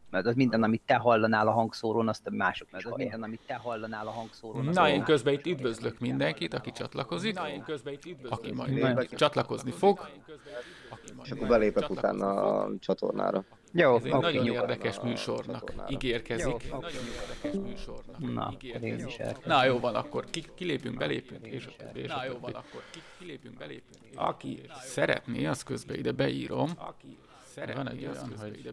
Mert az minden, amit te hallanál a hangszórón, azt a mások is hallják. Minden, amit te hallanál a hangszórón, Na, én közben itt üdvözlök mindenkit, aki csatlakozik, aki majd csatlakozni fog. És akkor belépek utána a csatornára. Jó, Ez egy nagyon érdekes műsornak ígérkezik. Na, én is el. Na, jó van, akkor kilépünk, belépünk, és aki szeretné, az közben ide beírom. Van egy olyan, hogy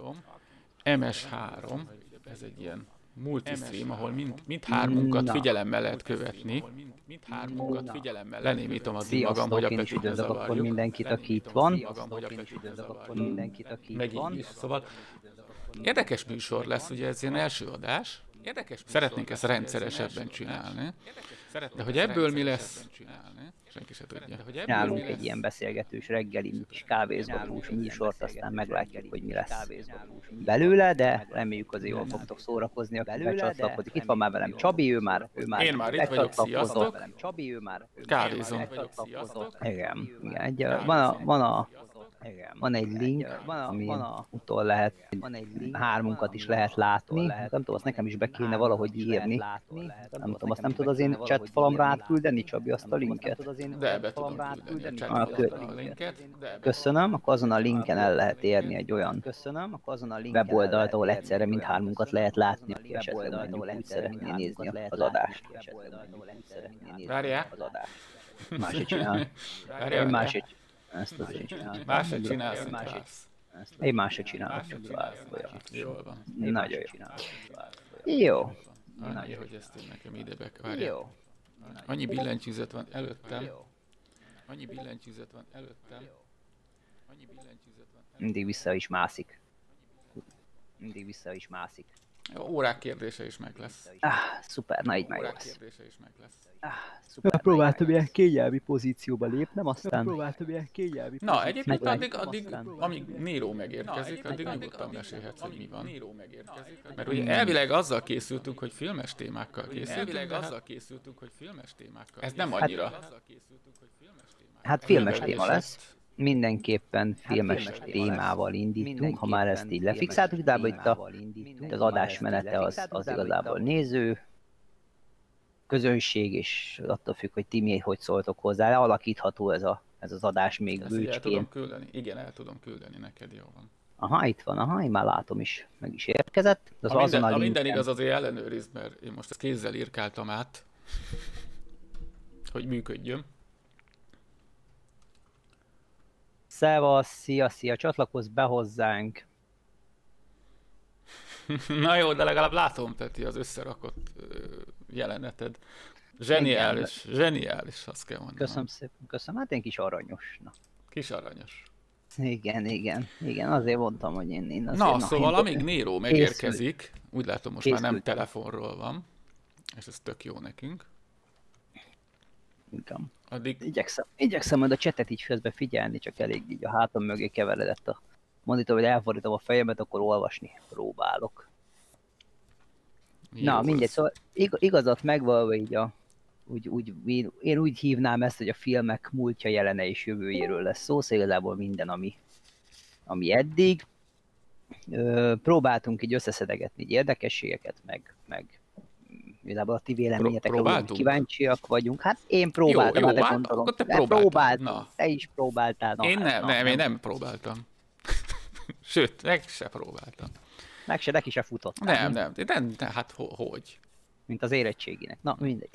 MS3, ez egy ilyen multistream, ahol mindhármunkat figyelemmel lehet követni. Lenémítom addig magam, hogy a Petőt ne akkor zavarjuk. mindenkit, aki itt van. Megint is. Szóval érdekes műsor lesz, ugye ez ilyen első adás. Szeretnénk ezt rendszeresebben csinálni. De hogy ebből mi lesz, senki se tudja. Nyálunk egy ilyen beszélgetős reggeli kis kávézgatós műsort, aztán meglátjuk, hogy mi lesz belőle, de reméljük azért jól fogtok szórakozni, aki becsatlakozik. Itt van már velem Csabi, ő már Én már itt vagyok, sziasztok. Kávézom. Igen. Van egy link, ami utol lehet, hármunkat is lehet látni. Nem tudom, azt nekem is be kéne valahogy írni. Nem tudom, azt nem tudod az én chat falamra átküldeni, Csabi, azt a linket? De be tudom küldeni a linket. Köszönöm, akkor azon a linken el lehet érni egy olyan weboldalt, ahol egyszerre mindhármunkat lehet látni, aki esetleg mondjuk úgy szeretné nézni az adást. Várjál? Máshogy csinál. Ezt azért csinálom. Máshogy csinálsz, mint vársz. Én máshogy csinálok, csak vársz. Jól van. Nagyon jó. Jó. Annyi, hogy ezt én nekem ide várjál. Annyi billentyűzet van előttem. Mindig vissza is mászik. Órák kérdése is meg lesz. Szuper, na így meg lesz. Próbáltam ilyen kényelmi pozícióba lépnem, aztán... Na, egyébként addig, amíg Nero megérkezik, addig nyugodtan mesélhetsz, hogy mi van. Mert ugye elvileg azzal készültünk, hogy filmes témákkal készültünk. Ez nem annyira. Hát filmes téma lesz. Mindenképpen filmes témával indítunk, ha már ezt így lefixáltuk, de itt az adásmenete az igazából néző, közönség, és attól függ, hogy ti miért hogy szóltok hozzá, alakítható ez az adás még bőcskén. Igen, el tudom küldeni neked, jó van. Aha, itt van, én már látom is, meg is érkezett. Ha minden igaz, azért ellenőrizd, mert én most ezt kézzel írkáltam át, hogy működjön. Szevasz, szia, csatlakozz be hozzánk. Na jó, de legalább látom, Peti, az összerakott jeleneted. Zseniális, azt kell mondanom. Köszönöm szépen, köszönöm. Hát én kis aranyos. Na. Kis aranyos. Igen, azért mondtam, hogy én azért... Na, szóval amíg Nero megérkezik, úgy látom most már nem telefonról van, és ez tök jó nekünk. Igen. Addig... Igyekszem majd a chatet így közben figyelni, csak elég így a hátam mögé keveredett a monitor, hogy elfordítom a fejemet, akkor olvasni próbálok. Jó, na, mindegy, szóval igazat megvalva így én úgy hívnám ezt, hogy a filmek múltja, jelene és jövőjéről lesz szó, szóval igazából minden, ami eddig. Próbáltunk így összeszedegetni így érdekességeket, meg igazából a ti véleményetekre kíváncsiak vagyunk. Hát én próbáltam, jó, hát gondolom. Te próbáltál. Te is próbáltál. Én nem próbáltam. Sőt, meg se próbáltam. Neki se futottál. Nem, hát hogy? Mint az érettséginek. Na, mindegy.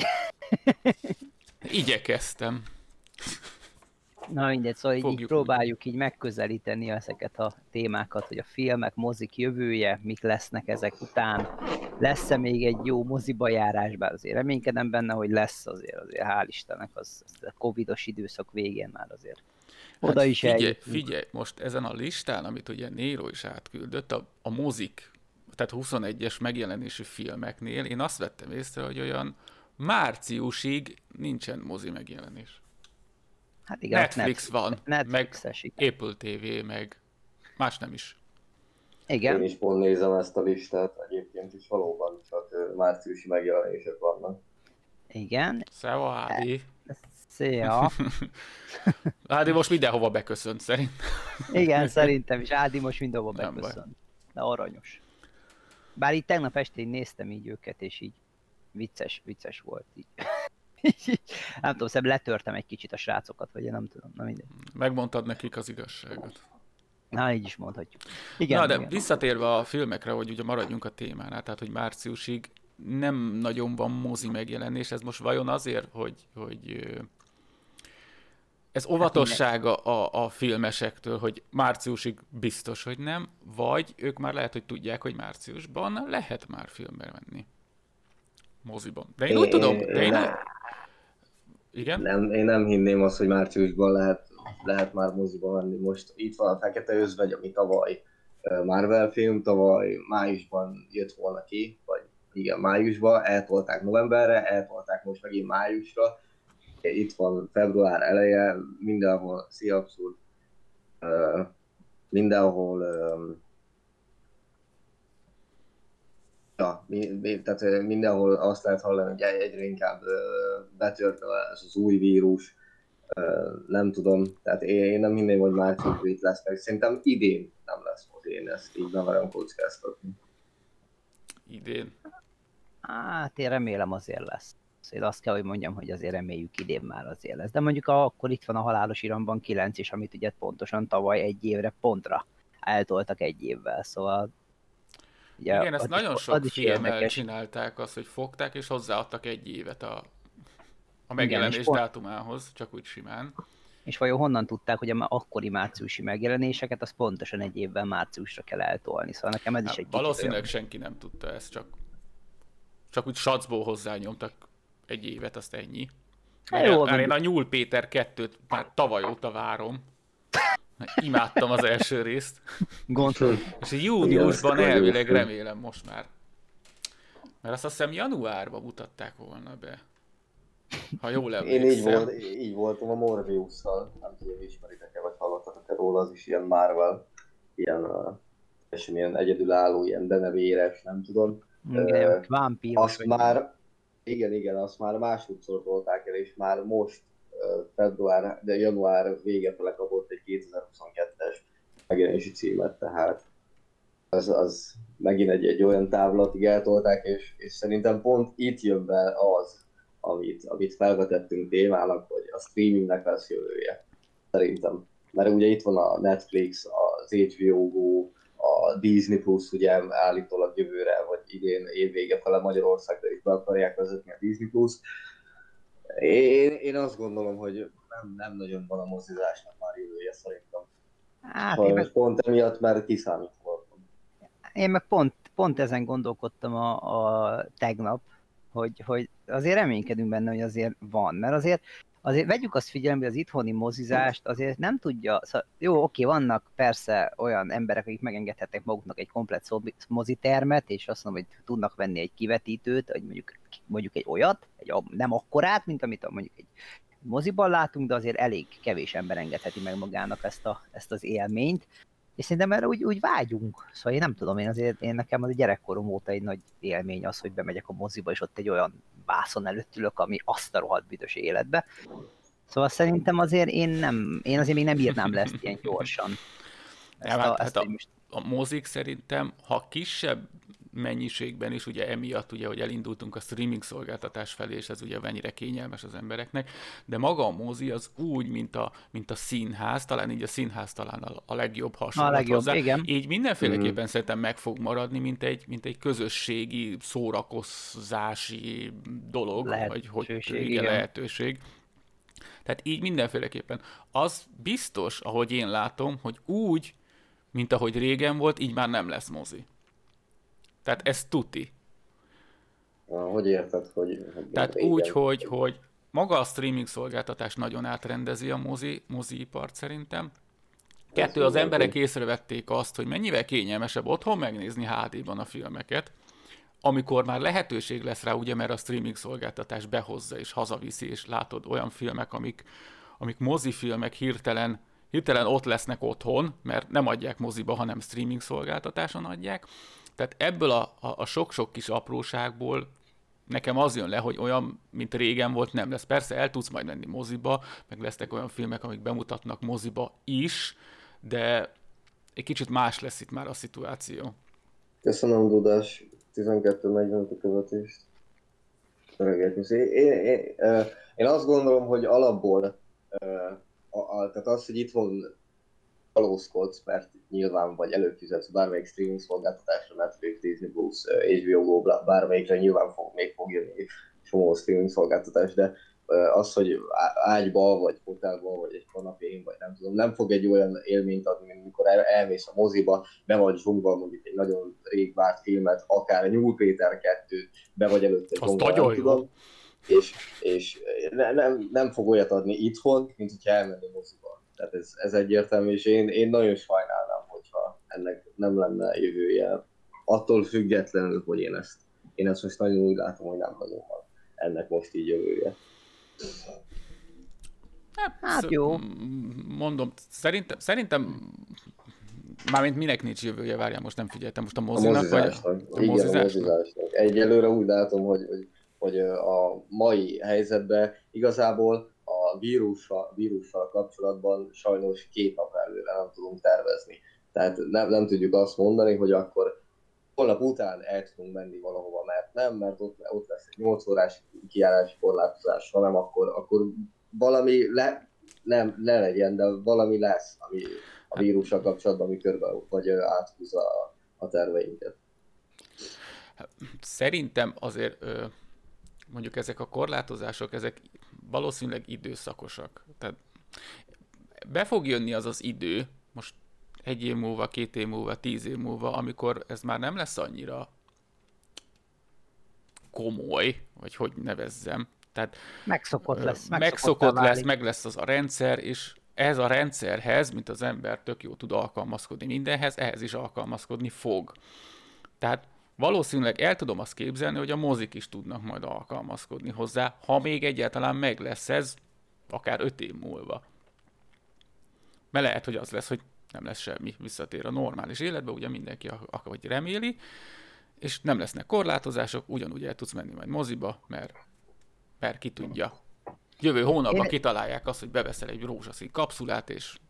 Igyekeztem. Na mindegy, szóval így próbáljuk így megközelíteni ezeket a témákat, hogy a filmek, mozik jövője, mik lesznek ezek után. Lesz-e még egy jó moziba járás, bár azért reménykedem benne, hogy lesz azért hál' Istennek, az a covidos időszak végén már azért oda is figyelj, most ezen a listán, amit ugye Nero is átküldött, a mozik, tehát 21-es megjelenésű filmeknél, én azt vettem észre, hogy olyan márciusig nincsen mozi megjelenés. Hát igen, Netflix van, meg igen. Apple TV, meg más nem is. Igen. Én is pont nézem ezt a listát, egyébként is valóban csak márciusi megjelenések vannak. Igen. Szeva, Ádi. Szia. Ádi most mindenhova beköszönt, szerintem. Igen, szerintem is. Ádi most mindenhova beköszönt. De aranyos. Bár így tegnap este így néztem így őket, és így vicces volt így. Nem tudom, szebb letörtem egy kicsit a srácokat, vagy én nem tudom, na mindegy. Megmondtad nekik az igazságot. Na, így is mondhatjuk. Igen, na, de igen. visszatérve a filmekre, hogy ugye maradjunk a témánál, tehát hogy márciusig nem nagyon van mozi megjelenés, ez most vajon azért, hogy ez óvatossága a filmesektől, hogy márciusig biztos, hogy nem, vagy ők már lehet, hogy tudják, hogy márciusban lehet már filmbe menni. Moziban. De én úgy tudom, igen? Nem, én nem hinném azt, hogy márciusban lehet már moziba menni. Most itt van a Fekete Özvegy, ami tavaly Marvel film, tavaly májusban jött volna ki, vagy igen, májusban, eltolták novemberre, eltolták most megint májusra. Itt van február eleje, mindenhol, szia abszurd, mindenhol, tehát mindenhol azt lehet hallani, hogy egyre inkább betört ez az új vírus, nem tudom, tehát én nem hinném, hogy márciusban itt lesz, meg szerintem idén nem lesz mozi, én ezt így nem akarom kockáztatni. Idén? Hát én remélem azért lesz. Én azt kell, hogy mondjam, hogy azért reméljük idén már azért lesz. De mondjuk akkor itt van a Halálos Iramban 9 is, amit ugye pontosan tavaly egy évre pontra eltoltak egy évvel, szóval... Ugye, igen, ezt nagyon sok filmmel csinálták azt, hogy fogták és hozzáadtak egy évet a megjelenés igen, dátumához, csak úgy simán. És vajon honnan tudták, hogy a akkori márciusi megjelenéseket, az pontosan egy évvel márciusra kell eltolni, szóval nekem ez is egy valószínűleg senki nem tudta ezt, csak úgy sacból hozzányomtak egy évet, azt ennyi. Már én a Nyúl Péter 2-t már tavaly óta várom. Imádtam az első részt. Gondolom. És júniusban elvileg remélem most már. Mert azt hiszem januárban mutatták volna be. Ha jól emlékszem. Én így voltam a Morbiusszal. Nem tudom, ismeritek-e, vagy hallottatok-e róla, az is ilyen Marvel. Ilyen egyedülálló, ilyen denevéres, nem tudom. Igen, vámpíros. Igen, azt már másodszor tolták el, és már most január vége fele kapott egy 2022-es megjelenési címet, tehát az megint egy olyan távlatig eltolták, és szerintem pont itt jön be az, amit felvetettünk témának, hogy a streamingnek lesz jövője, szerintem. Mert ugye itt van a Netflix, az HBO Go, a Disney Plus ugye állítólag jövőre, vagy idén évvége fele Magyarországra is be akarják vezetni a Disney Plus. Én azt gondolom, hogy nem nagyon van a mozizásnak már jövője szerintem. Hát pont emiatt már kiszámítva voltam. Én meg pont ezen gondolkodtam a tegnap, hogy azért reménykedünk benne, hogy azért van, mert azért vegyük azt figyelembe, hogy az itthoni mozizást azért nem tudja, szóval, jó, oké, vannak persze olyan emberek, akik megengedhetnek maguknak egy komplett mozitermet, és azt mondom, hogy tudnak venni egy kivetítőt, vagy mondjuk egy olyat, nem akkorát, mint amit mondjuk egy moziban látunk, de azért elég kevés ember engedheti meg magának ezt az élményt, és szerintem erre úgy vágyunk. Szóval én nem tudom, nekem az a gyerekkorom óta egy nagy élmény az, hogy bemegyek a moziba, és ott egy olyan vászon előtt ülök, ami azt a rohadt büdös életbe. Szóval szerintem azért én azért még nem írnám le ezt ilyen gyorsan. A mozik szerintem, ha kisebb mennyiségben is, ugye emiatt, ugye, hogy elindultunk a streaming szolgáltatás felé, és ez ugye mennyire kényelmes az embereknek, de maga a mozi az úgy, mint a színház, talán így a színház talán a legjobb hasonlat hozzá. Igen. Így mindenféleképpen szerintem meg fog maradni, mint egy közösségi szórakozási dolog, vagy lehetőség. Tehát így mindenféleképpen. Az biztos, ahogy én látom, hogy úgy, mint ahogy régen volt, így már nem lesz mozi. Tehát ez tuti. Hogy érted, hogy tehát régen. Úgy, hogy maga a streaming szolgáltatás nagyon átrendezi a moziipart szerintem. Kettő, az emberek észrevették azt, hogy mennyivel kényelmesebb otthon megnézni HD-ban a filmeket, amikor már lehetőség lesz rá, ugye, mert a streaming szolgáltatás behozza és hazaviszi, és látod olyan filmek, amik mozifilmek hirtelen ott lesznek otthon, mert nem adják moziba, hanem streaming szolgáltatáson adják. Tehát ebből a sok-sok kis apróságból nekem az jön le, hogy olyan, mint régen volt, nem lesz. Persze el tudsz majd menni moziba, meg lesznek olyan filmek, amik bemutatnak moziba is, de egy kicsit más lesz itt már a szituáció. Köszönöm, Dudás. 12:45 a követést. Én azt gondolom, hogy alapból, tehát az, hogy itthon kalózkodsz, mert nyilván vagy előfizetsz bármelyik streaming szolgáltatásra, Netflix, Disney+, HBO Go, bármelyikre nyilván fog jönni csomó streaming szolgáltatás, de az, hogy ágyba, vagy hotelban, vagy egy kanapén, vagy nem tudom, nem fog egy olyan élményt adni, mint amikor elmész a moziba, be vagy zsungva mondjuk egy nagyon rég várt filmet, akár a Nyúl Péter 2-t, be vagy előtte zsungva, nem tudom, és nem fog olyat adni itthon, mint hogyha elmenni moziba. Tehát ez egyértelmű, és én nagyon sajnálnám, hogyha ennek nem lenne jövője. Attól függetlenül, hogy én ezt most nagyon úgy látom, hogy nem nagyon van ennek most így jövője. Hát jó. Mondom, szerintem mármint minek nincs jövője, várjál, most nem figyeltem, most a mozinak vagy a mozizásnak. Egyelőre úgy látom, hogy a mai helyzetben igazából a vírussal kapcsolatban sajnos 2 nap előre nem tudunk tervezni. Tehát nem tudjuk azt mondani, hogy akkor holnap után el tudunk menni valahova, mert ott lesz egy 8 órás kijárási korlátozás, hanem akkor valami ne legyen, de valami lesz, ami a vírussal kapcsolatban, ami körbe vagy áthúzza a terveinket. Szerintem azért mondjuk ezek a korlátozások, ezek valószínűleg időszakosak. Tehát be fog jönni az az idő, most 1 év múlva, 2 év múlva, 10 év múlva, amikor ez már nem lesz annyira komoly, vagy hogy nevezzem. Tehát megszokott lesz. Meg lesz az a rendszer, és ez a rendszerhez, mint az ember tök jó tud alkalmazkodni mindenhez, ehhez is alkalmazkodni fog. Tehát valószínűleg el tudom azt képzelni, hogy a mozik is tudnak majd alkalmazkodni hozzá, ha még egyáltalán meg lesz ez, akár 5 év múlva. Mert lehet, hogy az lesz, hogy nem lesz semmi, visszatér a normális életbe, ugye mindenki ahogy reméli, és nem lesznek korlátozások, ugyanúgy el tudsz menni majd moziba, mert ki tudja. Jövő hónapban kitalálják azt, hogy beveszel egy rózsaszín kapszulát,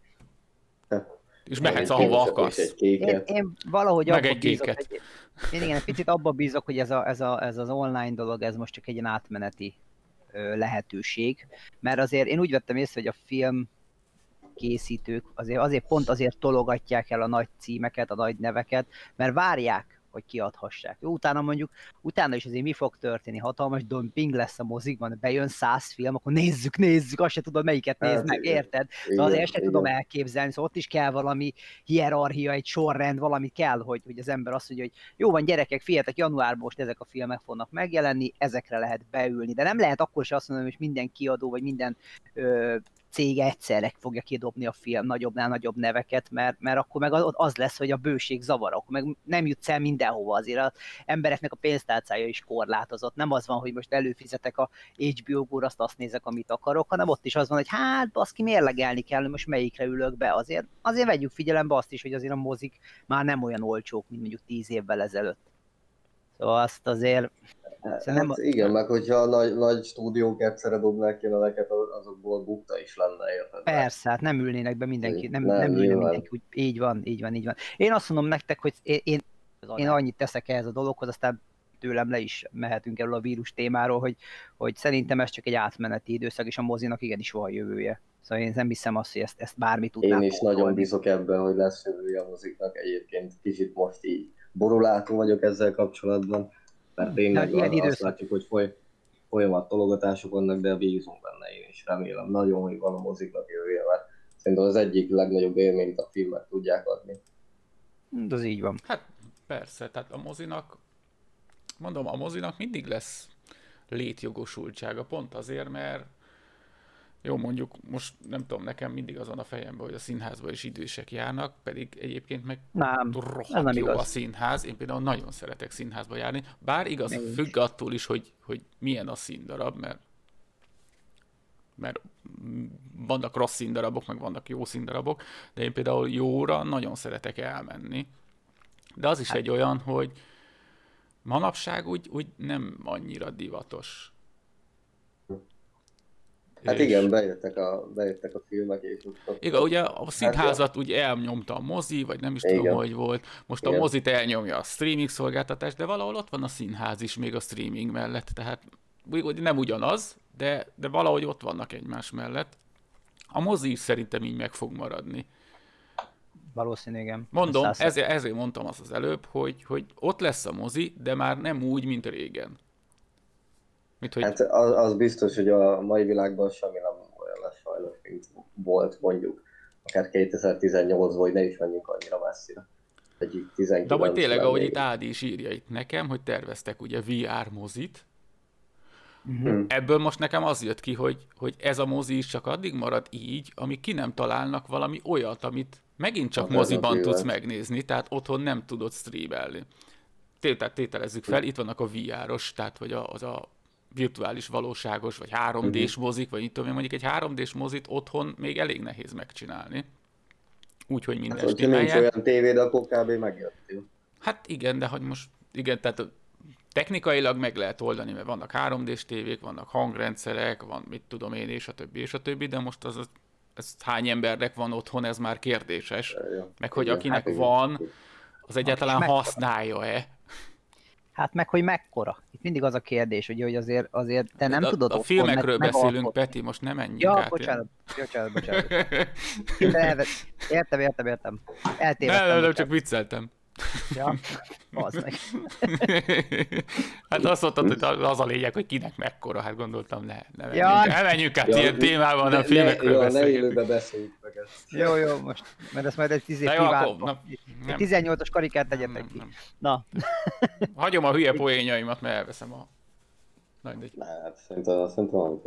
és mehetsz ahova akarsz. Én valahogy meg egy kéket. Én igen, picit abba bízok, hogy ez az online dolog, ez most csak egy átmeneti lehetőség, mert azért én úgy vettem észre, hogy a film készítők azért tologatják el a nagy címeket, a nagy neveket, mert várják, hogy kiadhassák. Utána is azért mi fog történni? Hatalmas dumping lesz a mozikban, bejön 100 film, akkor nézzük, azt se tudod, melyiket nézd meg, érted? Szóval azért se tudom elképzelni, szóval ott is kell valami hierarchia, egy sorrend, valami kell, hogy az ember azt mondja, hogy jó van gyerekek, figyeljetek, januárban most ezek a filmek fognak megjelenni, ezekre lehet beülni, de nem lehet akkor se azt mondani, hogy minden kiadó, vagy minden cég egyszerre fogja kidobni a film nagyobbnál nagyobb neveket, mert akkor meg az lesz, hogy a bőség zavar, akkor meg nem jutsz el mindenhova, azért az embereknek a pénztárcája is korlátozott. Nem az van, hogy most előfizetek a HBO-ra, azt nézek, amit akarok, hanem ott is az van, hogy hát baszki, mérlegelni kell, hogy most melyikre ülök be. Azért vegyük figyelembe azt is, hogy azért a mozik már nem olyan olcsók, mint mondjuk 10 évvel ezelőtt. Szóval azt azért... Hát igen, meg hogyha nagy stúdiók egyszerre dobnák ki neveket, azokból bukta is lenne, érted? Persze, hát nem ülnének be mindenki, nem ülne mindenki, úgy, így van. Én azt mondom nektek, hogy én annyit teszek ehhez a dologhoz, aztán tőlem le is mehetünk erről a vírus témáról, hogy szerintem ez csak egy átmeneti időszak, és a mozinak igenis van jövője. Szóval én nem hiszem azt, hogy ezt bármi tudnám. Én is nagyon bízok ebben, hogy lesz jövője a moziknak, egyébként kicsit most így borulátó vagyok ezzel kapcsolatban. Mert tényleg azt látjuk, hogy folyamat tologatások vannak, de bízunk benne, én is remélem nagyon, hogy van a moziknak jövője, mert szerintem az egyik legnagyobb élményt a filmet tudják adni. Ez így van. Hát persze, tehát a mozinak mindig lesz létjogosultsága, pont azért, mert jó, mondjuk most nem tudom, nekem mindig az van a fejemben, hogy a színházban is idősek járnak, pedig egyébként meg rohadt jó a színház. Én például nagyon szeretek színházba járni, bár igaz, függ attól is, hogy milyen a színdarab, mert vannak rossz színdarabok, meg vannak jó színdarabok, de én például jóra nagyon szeretek elmenni. De az is egy olyan, hogy manapság úgy nem annyira divatos. Hát igen, bejöttek a filmek, és ott... Igen, ugye a színházat úgy elnyomta a mozi, vagy nem is tudom, hogy volt. Most a mozit elnyomja a streaming szolgáltatás, de valahol ott van a színház is még a streaming mellett, tehát nem ugyanaz, de valahogy ott vannak egymás mellett. A mozi is szerintem így meg fog maradni. Valószínű, igen. Mondom, ezért mondtam azt az előbb, hogy ott lesz a mozi, de már nem úgy, mint régen. Hát az biztos, hogy a mai világban semmi nem olyan lesz sajnos, mint volt mondjuk. Akár 2018-ban, hogy ne is menjünk annyira messzire. De hogy tényleg, ahogy itt Ádi is írja itt nekem, hogy terveztek ugye VR mozit. Ebből most nekem az jött ki, hogy ez a mozi is csak addig marad így, amíg ki nem találnak valami olyat, amit megint csak moziban tudsz megnézni, tehát otthon nem tudod streamelni. Tételezzük fel, itt vannak a VR-os, tehát vagy az a virtuális valóságos, vagy 3D-s mozik, vagy itt tudom, mondjuk egy 3D-s mozit otthon még elég nehéz megcsinálni. Úgyhogy minden stimmel. Nincs olyan tévéd, akkor kb. Megjöttél. Hát igen, de hogy most, igen, tehát technikailag meg lehet oldani, mert vannak 3D-s tévék, vannak hangrendszerek, van mit tudom én, és a többi, de most ez hány embernek van otthon, ez már kérdéses. Meg hogy akinek van, az egyáltalán használja-e. Hát meg, hogy mekkora. Itt mindig az a kérdés, ugye, hogy azért te nem tudod... A filmekről beszélünk, Peti, most nem menjünk át. Bocsánat. Értem. Eltévedtem. Nem, csak vicceltem. Ja, az meg. Hát azt mondtad, hogy az a lényeg, hogy kinek mekkora, hát gondoltam, ne menjünk át ilyen témában, a filmekről beszélünk. Ne élőben beszéljük meg ezt. Jó, most, mert ezt majd egy 18-os karikát tegyetek ki. Na. Hagyom a hülye poénjaimat, mert elveszem a... Hát szerintem van.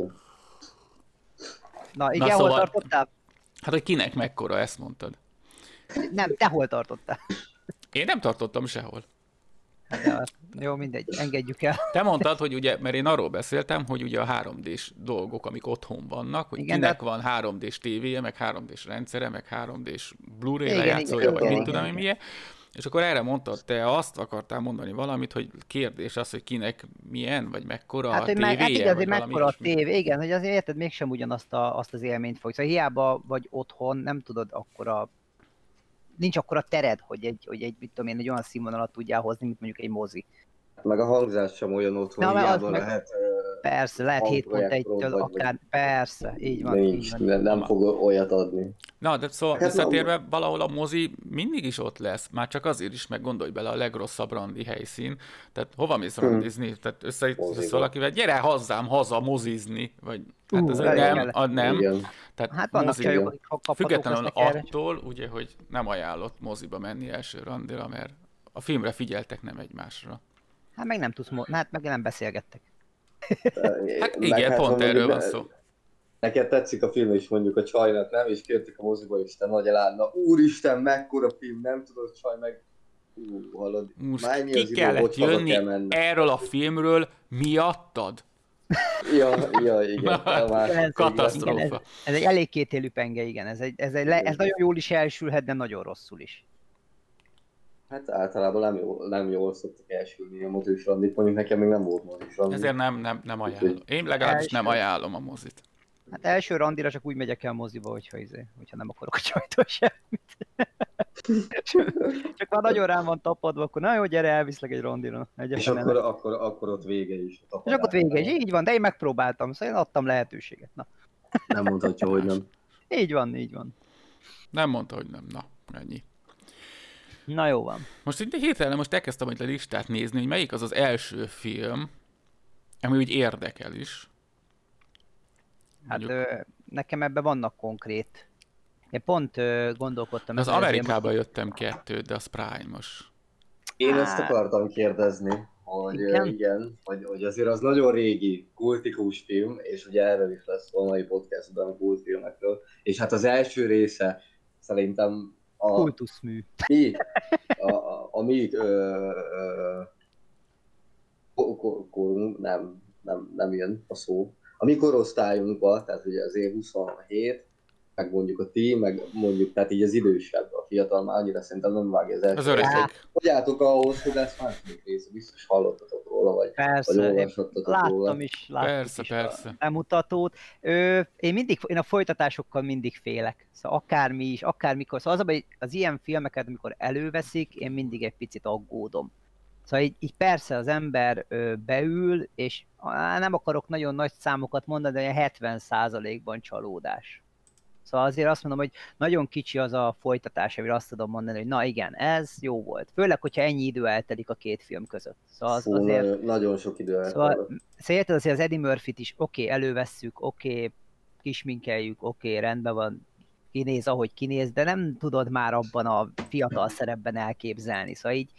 Na, igen, hol tartottál? Hát, hogy kinek mekkora, ezt mondtad. Nem, te hol tartottál? Én nem tartottam sehol. De, jó, mindegy, engedjük el. Te mondtad, hogy ugye, mert én arról beszéltem, hogy ugye a 3D-s dolgok, amik otthon vannak, hogy igen, kinek van 3D-s tévéje, meg 3D-s rendszere, meg 3D-s Blu-ray lejátszója, vagy mit tudom én milyen. És akkor erre mondtad, te azt akartál mondani valamit, hogy kérdés az, hogy kinek milyen, vagy mekkora a tévéje, hát igen, vagy mekkora a tévé, igen, hogy azért érted, mégsem ugyanazt azt az élményt fog. Szóval hiába vagy otthon, nem tudod akkora, nincs akkora tered, hogy egy mit tudom én, egy olyan színvonalat tudjál hozni, mint mondjuk egy mozi. Meg a hangzás sem olyan otthon, hiába lehet... Persze, lehet 7.1-től akár, persze, így van. Nincs, így van. Nem fog olyat adni. Na, de szóval visszatérve, valahol a mozi mindig is ott lesz, már csak azért is, meg gondolj bele, a legrosszabb randi helyszín. Tehát hova mész randizni? Tehát összejössz valakivel, gyere hozzám haza mozizni, vagy hát ez nem. Tehát hát vannak csajok, függetlenül attól, ugye, hogy nem ajánlott moziba menni első randira, mert a filmre figyeltek, nem egymásra. Hát meg nem tudsz, hát meg nem beszélgettek. Hát igen, hát pont erről van szó. Neked tetszik a film, és mondjuk a csajnak nem, és kértük a moziba, és te nagy elárna, úristen, mekkora film, nem tudod, csaj meg... hallod, ki kellett jönni erről a filmről miattad? Ja, igen. Katasztrófa. Igen, ez egy elég kétélű penge, igen. Ez nagyon jól is elsülhet, de nagyon rosszul is. Hát általában nem jól szoktak elsülni a mozis randit, mondjuk nekem még nem volt mozis randi. Ezért nem ajánlom. Én legalábbis nem ajánlom a mozit. Hát első randira csak úgy megyek el moziba, hogyha nem akarok a csajtól semmit. Csak már nagyon rám van tapadva, akkor na jó, gyere, elviszlek egy randira. És akkor ott vége is. És akkor ott vége is, így van, de én megpróbáltam, szóval én adtam lehetőséget. Na. Nem mondhatja, hogy nem. Így van. Nem mondta, hogy nem, na, ennyi. Na jó van. Most itt hirtelen elkezdtem egy listát nézni, hogy melyik az az első film, ami úgy érdekel is. Hát nekem ebben vannak konkrét. Én pont gondolkodtam. Az Amerikában jöttem 2, de az Prime-os. Én ezt akartam kérdezni, hogy igen, hogy azért az nagyon régi, kultikus film, és ugye erről is lesz a mai podcastban kultfilmekről. És hát az első része szerintem kultuszmű. A mi nem jön a szó. A mi korosztályunkban, tehát ugye az év 27, meg mondjuk a ti, meg mondjuk, tehát így az idősebb, a fiatal már annyira szerintem nem vágja az első. Az öregek. Hogy álltok ahhoz, hogy lesz második része, biztos hallottatok róla, vagy olvashattatok róla. Láttam is Persze. a bemutatót. Én a folytatásokkal mindig félek. Szóval akármi is, akármikor. Szóval az ilyen filmeket, amikor előveszik, én mindig egy picit aggódom. Szóval így persze az ember beül, és nem akarok nagyon nagy számokat mondani, de 70%-ban csalódás. Szóval azért azt mondom, hogy nagyon kicsi az a folytatás, amire azt tudom mondani, hogy na igen, ez jó volt. Főleg, hogyha ennyi idő eltelik a két film között. Szóval azért... Nagyon sok idő eltelik. Szóval érted, azért az Eddie Murphy-t is elővesszük, kisminkeljük, rendben van, kinéz, ahogy kinéz, de nem tudod már abban a fiatal szerepben elképzelni. Szóval így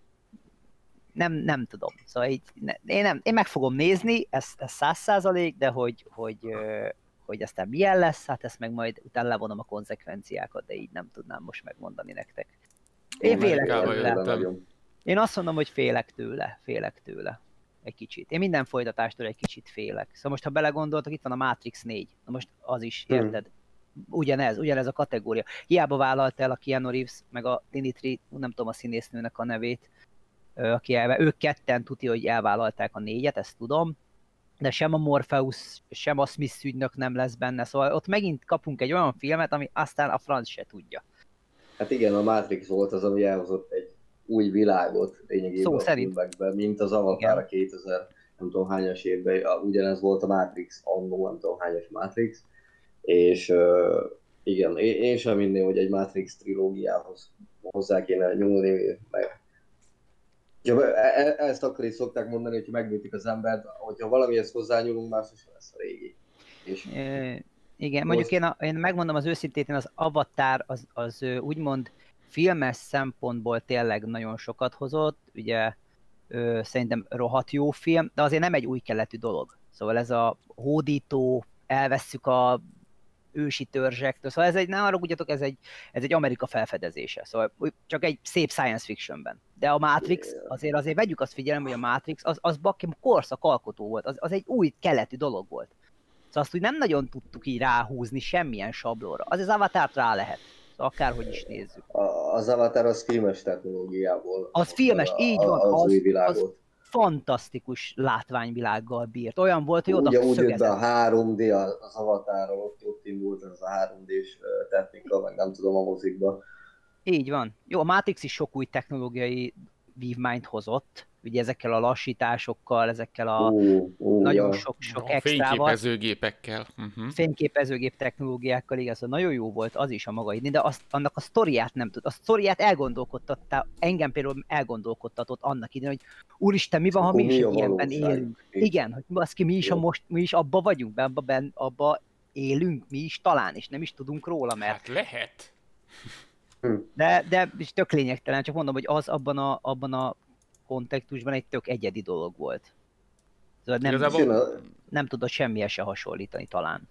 nem tudom. Szóval így én meg fogom nézni, ez 100%, de hogy aztán milyen lesz, hát ezt meg majd utána levonom a konzekvenciákat, de így nem tudnám most megmondani nektek. Én félek tőle. Én azt mondom, hogy félek tőle. Egy kicsit. Én minden folytatástól egy kicsit félek. Szóval most, ha belegondoltok, itt van a Matrix 4. Na most az is, érted? Ugyanez a kategória. Hiába vállalt el a Keanu Reeves, meg a Dimitri, nem tudom a színésznőnek a nevét, ők ketten tudja, hogy elvállalták a 4-et, ezt tudom, de sem a Morpheus, sem a Smith ügynök nem lesz benne, szóval ott megint kapunk egy olyan filmet, ami aztán a franc se tudja. Hát igen, a Matrix volt az, ami elhozott egy új világot lényegében a filmekben, mint az Avatar a 2000 nem tudom hányas évben, ugyanez volt a Matrix, annó nem tudom hányas Matrix, és igen, én sem hinném, hogy egy Matrix trilógiához hozzá kéne nyúlni, meg ja, ezt akkor is szokták mondani, hogyha megműtik az embert, hogyha valamihez hozzányúlunk, már sosem lesz a régi. És igen, mondjuk én megmondom az őszintét, az Avatar az úgymond filmes szempontból tényleg nagyon sokat hozott, ugye szerintem rohadt jó film, de azért nem egy új keletű dolog. Szóval ez a hódító, elvesszük a ősi törzsektől, szóval nem arra ugyatok, ez egy Amerika felfedezése, szóval csak egy szép science fictionben. De a Matrix, azért vegyük azt figyelembe, hogy a Matrix az korszakalkotó volt, az egy új keletű dolog volt. Szóval azt úgy nem nagyon tudtuk így ráhúzni semmilyen sablóra. Az Avatart rá lehet, szóval akárhogy is nézzük. Az Avatar az filmes technológiából. Az filmes, így van, az új világot. Fantasztikus látványvilággal bírt. Olyan volt, hogy oda szögezett. Ugye a 3D az Avatarról ott indult ez a 3D-s technika, meg nem tudom a mozikba. Így van. Jó, a Matrix is sok új technológiai vívmányt hozott, ugye ezekkel a lassításokkal, ezekkel a nagyon sok extrával. Fényképezőgépekkel. Fényképezőgép technológiákkal, igaz, nagyon jó volt az is a maga idén, de annak a sztoriát nem tud. A sztoriát elgondolkodtatta, engem például elgondolkodtatott annak idén, hogy úristen, mi van, ha mi is ilyenben élünk. Igen, hogy baszki, mi is abba vagyunk, abba élünk, mi is talán, és nem is tudunk róla, mert... Hát lehet. De tök lényegtelen, csak mondom, hogy az abban a kontextusban egy tök egyedi dolog volt. Szóval nem tudod semmihez se hasonlítani talán.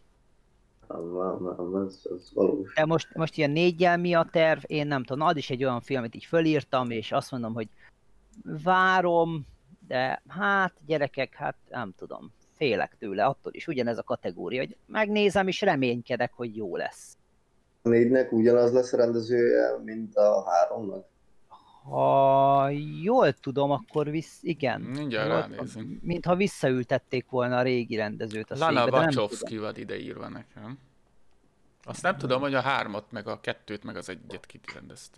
Ez valós. De most ilyen 4-jel mi a terv? Én nem tudom. Az is egy olyan film, amit így fölírtam, és azt mondom, hogy várom, de hát gyerekek, hát nem tudom. Félek tőle, attól is ugyanez a kategória, hogy megnézem és reménykedek, hogy jó lesz. A 4-nek ugyanaz lesz a rendezője, mint a 3-nak? Ha jól tudom, akkor igen. Mindjárt ránézünk. Mintha visszaültették volna a régi rendezőt a Lana Wachowski van ideírva nekem. Azt nem tudom, hogy a 3-at, meg a 2-t, meg az 1-et kirendezte.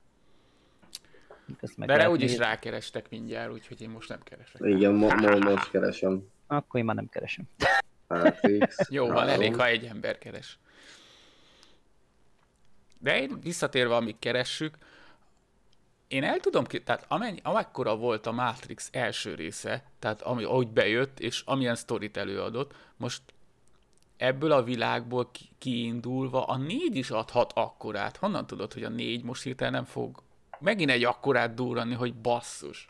De úgyis rákerestek mindjárt, úgyhogy én most nem keresek. Igen, most keresem. Akkor én már nem keresem. Jó, van, elég, ha egy ember keres. De én visszatérve, amíg keressük, én el tudom, tehát amekkora volt a Matrix első része, tehát ahogy bejött, és amilyen sztorit előadott, most ebből a világból kiindulva a 4 is adhat akkorát. Honnan tudod, hogy a 4 most hirtelen nem fog megint egy akkorát durrani, hogy basszus?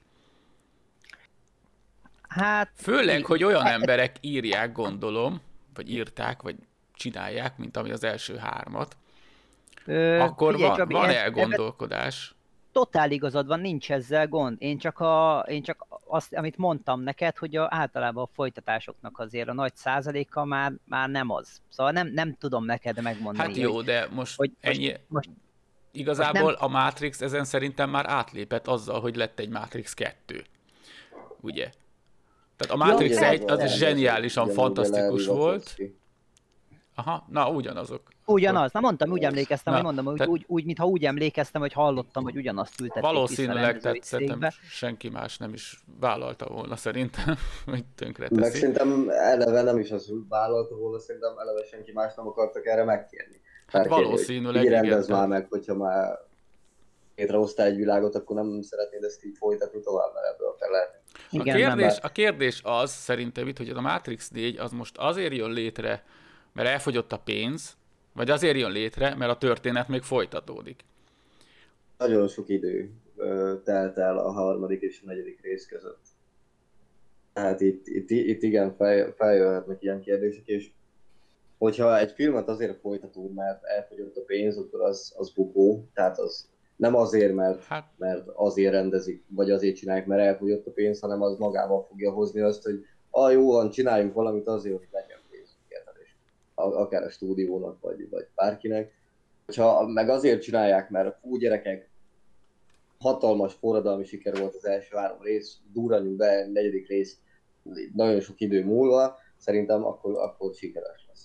Hát... Főleg, hogy olyan emberek írják, gondolom, vagy írták, vagy csinálják, mint ami az első 3-at. Akkor van elgondolkodás. Totál igazad van, nincs ezzel gond. Én csak azt, amit mondtam neked, hogy általában a folytatásoknak azért a nagy százaléka már nem az. Szóval nem tudom neked megmondani. Hát jó, de most ennyi... igazából a Matrix ezen szerintem már átlépett azzal, hogy lett egy Matrix 2. Ugye? Tehát a Matrix 1 az zseniálisan fantasztikus volt. Aha, na ugyanazok. Ugyanaz, na mondtam, úgy emlékeztem, hogy mondom, úgy, mintha úgy emlékeztem, hogy hallottam, hogy ugyanazt ültették valószínűleg, tehát szerintem senki más nem is vállalta volna szerintem, hogy tönkreteszi. Meg szerintem eleve nem is az vállalta volna, szerintem eleve senki más nem akartak erre megkérni. Hát valószínűleg, így rendez már meg, hogyha már létrehoztál egy világot, akkor nem szeretnéd ezt így folytatni tovább, mert ebből akár lehet. A kérdés az szerintem itt, hogy a Matrix 4 az most azért jön létre, mert elfogyott a pénz, vagy azért jön létre, mert a történet még folytatódik. Nagyon sok idő telt el a harmadik és a negyedik rész között. Hát itt igen, feljöhetnek ilyen kérdések, és hogyha egy filmet azért folytatunk, mert elfogyott a pénz, akkor az bukó, tehát az nem azért, mert azért rendezik, vagy azért csinálják, mert elfogyott a pénz, hanem az magával fogja hozni azt, hogy jó van, csináljunk valamit azért, hogy legyen pénzünk érted, és akár a stúdiónak, vagy bárkinek. Ha meg azért csinálják, mert gyerekek, hatalmas forradalmi siker volt az első 3 rész, durranjunk be, 4. rész nagyon sok idő múlva, szerintem akkor sikeres lesz.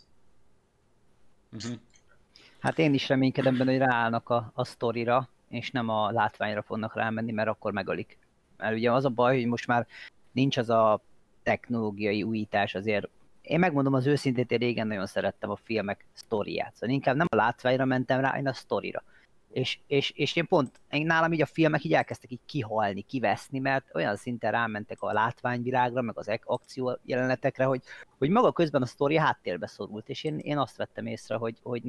Hát én is reménykedem benne, hogy ráállnak a sztorira, és nem a látványra fognak rámenni, mert akkor megölik. Mert ugye az a baj, hogy most már nincs az a technológiai újítás, azért én megmondom az őszintét, én régen nagyon szerettem a filmek sztoriát, szóval inkább nem a látványra mentem rá, én a sztorira. És én nálam így a filmek így elkezdtek így kihalni, kiveszni, mert olyan szinten rámentek a látványvilágra, meg az akció jelenetekre, hogy maga közben a sztori háttérbe szorult, és én azt vettem észre, hogy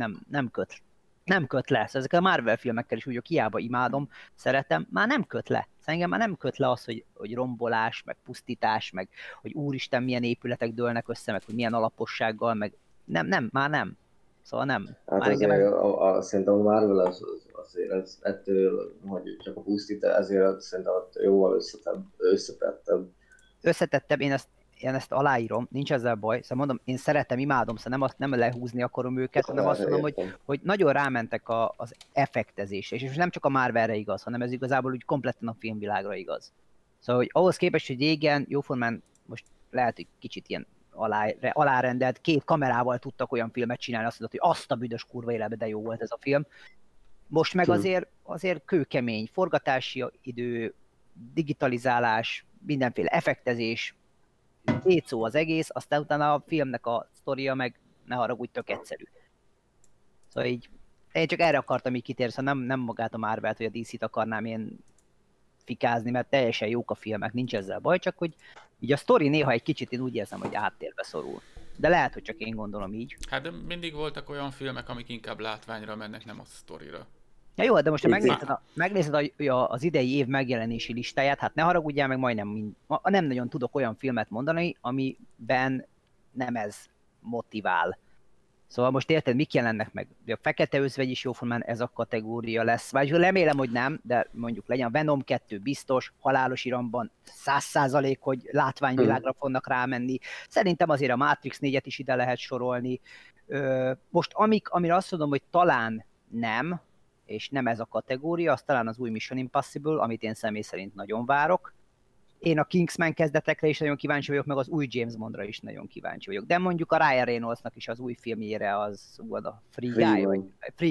nem köt le. Szóval ezek a Marvel filmekkel is úgy, hiába imádom, szeretem, már nem köt le. Szóval engem már nem köt le az, hogy rombolás, meg pusztítás, meg hogy úristen milyen épületek dőlnek össze, meg hogy milyen alapossággal, meg már nem. Szóval nem. Hát szerintem a Marvel azért ettől, hogy csak a pusztítás, ezért szerintem jóval összetettebb. Összetettebb, én ezt aláírom, nincs ezzel baj, szóval mondom, én szeretem, imádom, szóval nem lehúzni akarom őket, hanem azt mondom, hogy nagyon rámentek az effektezésre, és nem csak a Marvelre igaz, hanem ez igazából úgy kompletten a filmvilágra igaz. Szóval, hogy ahhoz képest, hogy régen jóformán most lehet, hogy kicsit ilyen alárendelt, 2 kamerával tudtak olyan filmet csinálni, azt mondod, hogy azt a büdös kurva életbe, de jó volt ez a film. Most meg azért kőkemény, forgatási idő, digitalizálás, mindenféle effektezés, 2 szó az egész, aztán utána a filmnek a sztoria meg ne haragudj, tök egyszerű. Szóval így, én csak erre akartam így kitérni, szóval nem magát a Marvelt, hogy a DC-t akarnám én fikázni, mert teljesen jók a filmek, nincs ezzel baj, csak hogy így a sztori néha egy kicsit én úgy érzem, hogy háttérbe szorul. De lehet, hogy csak én gondolom így. Hát de mindig voltak olyan filmek, amik inkább látványra mennek, nem a sztorira. Ja jó, de most ha megnézed az idei év megjelenési listáját, hát ne haragudjál meg, majdnem nem nagyon tudok olyan filmet mondani, amiben nem ez motivál. Szóval most érted, mik jelennek meg? A Fekete Özvegy is jóformán ez a kategória lesz. Vagy remélem, hogy nem, de mondjuk legyen a Venom 2 biztos, Halálos Iramban 100%, hogy látványvilágra fognak rámenni. Szerintem azért a Matrix 4-et is ide lehet sorolni. Most amire azt mondom, hogy talán nem, és nem ez a kategória, az talán az új Mission Impossible, amit én személy szerint nagyon várok. Én a Kingsman kezdetekre is nagyon kíváncsi vagyok, meg az új James Bondra is nagyon kíváncsi vagyok. De mondjuk a Ryan Reynoldsnak is az új filmjére az a Free Guy, vagy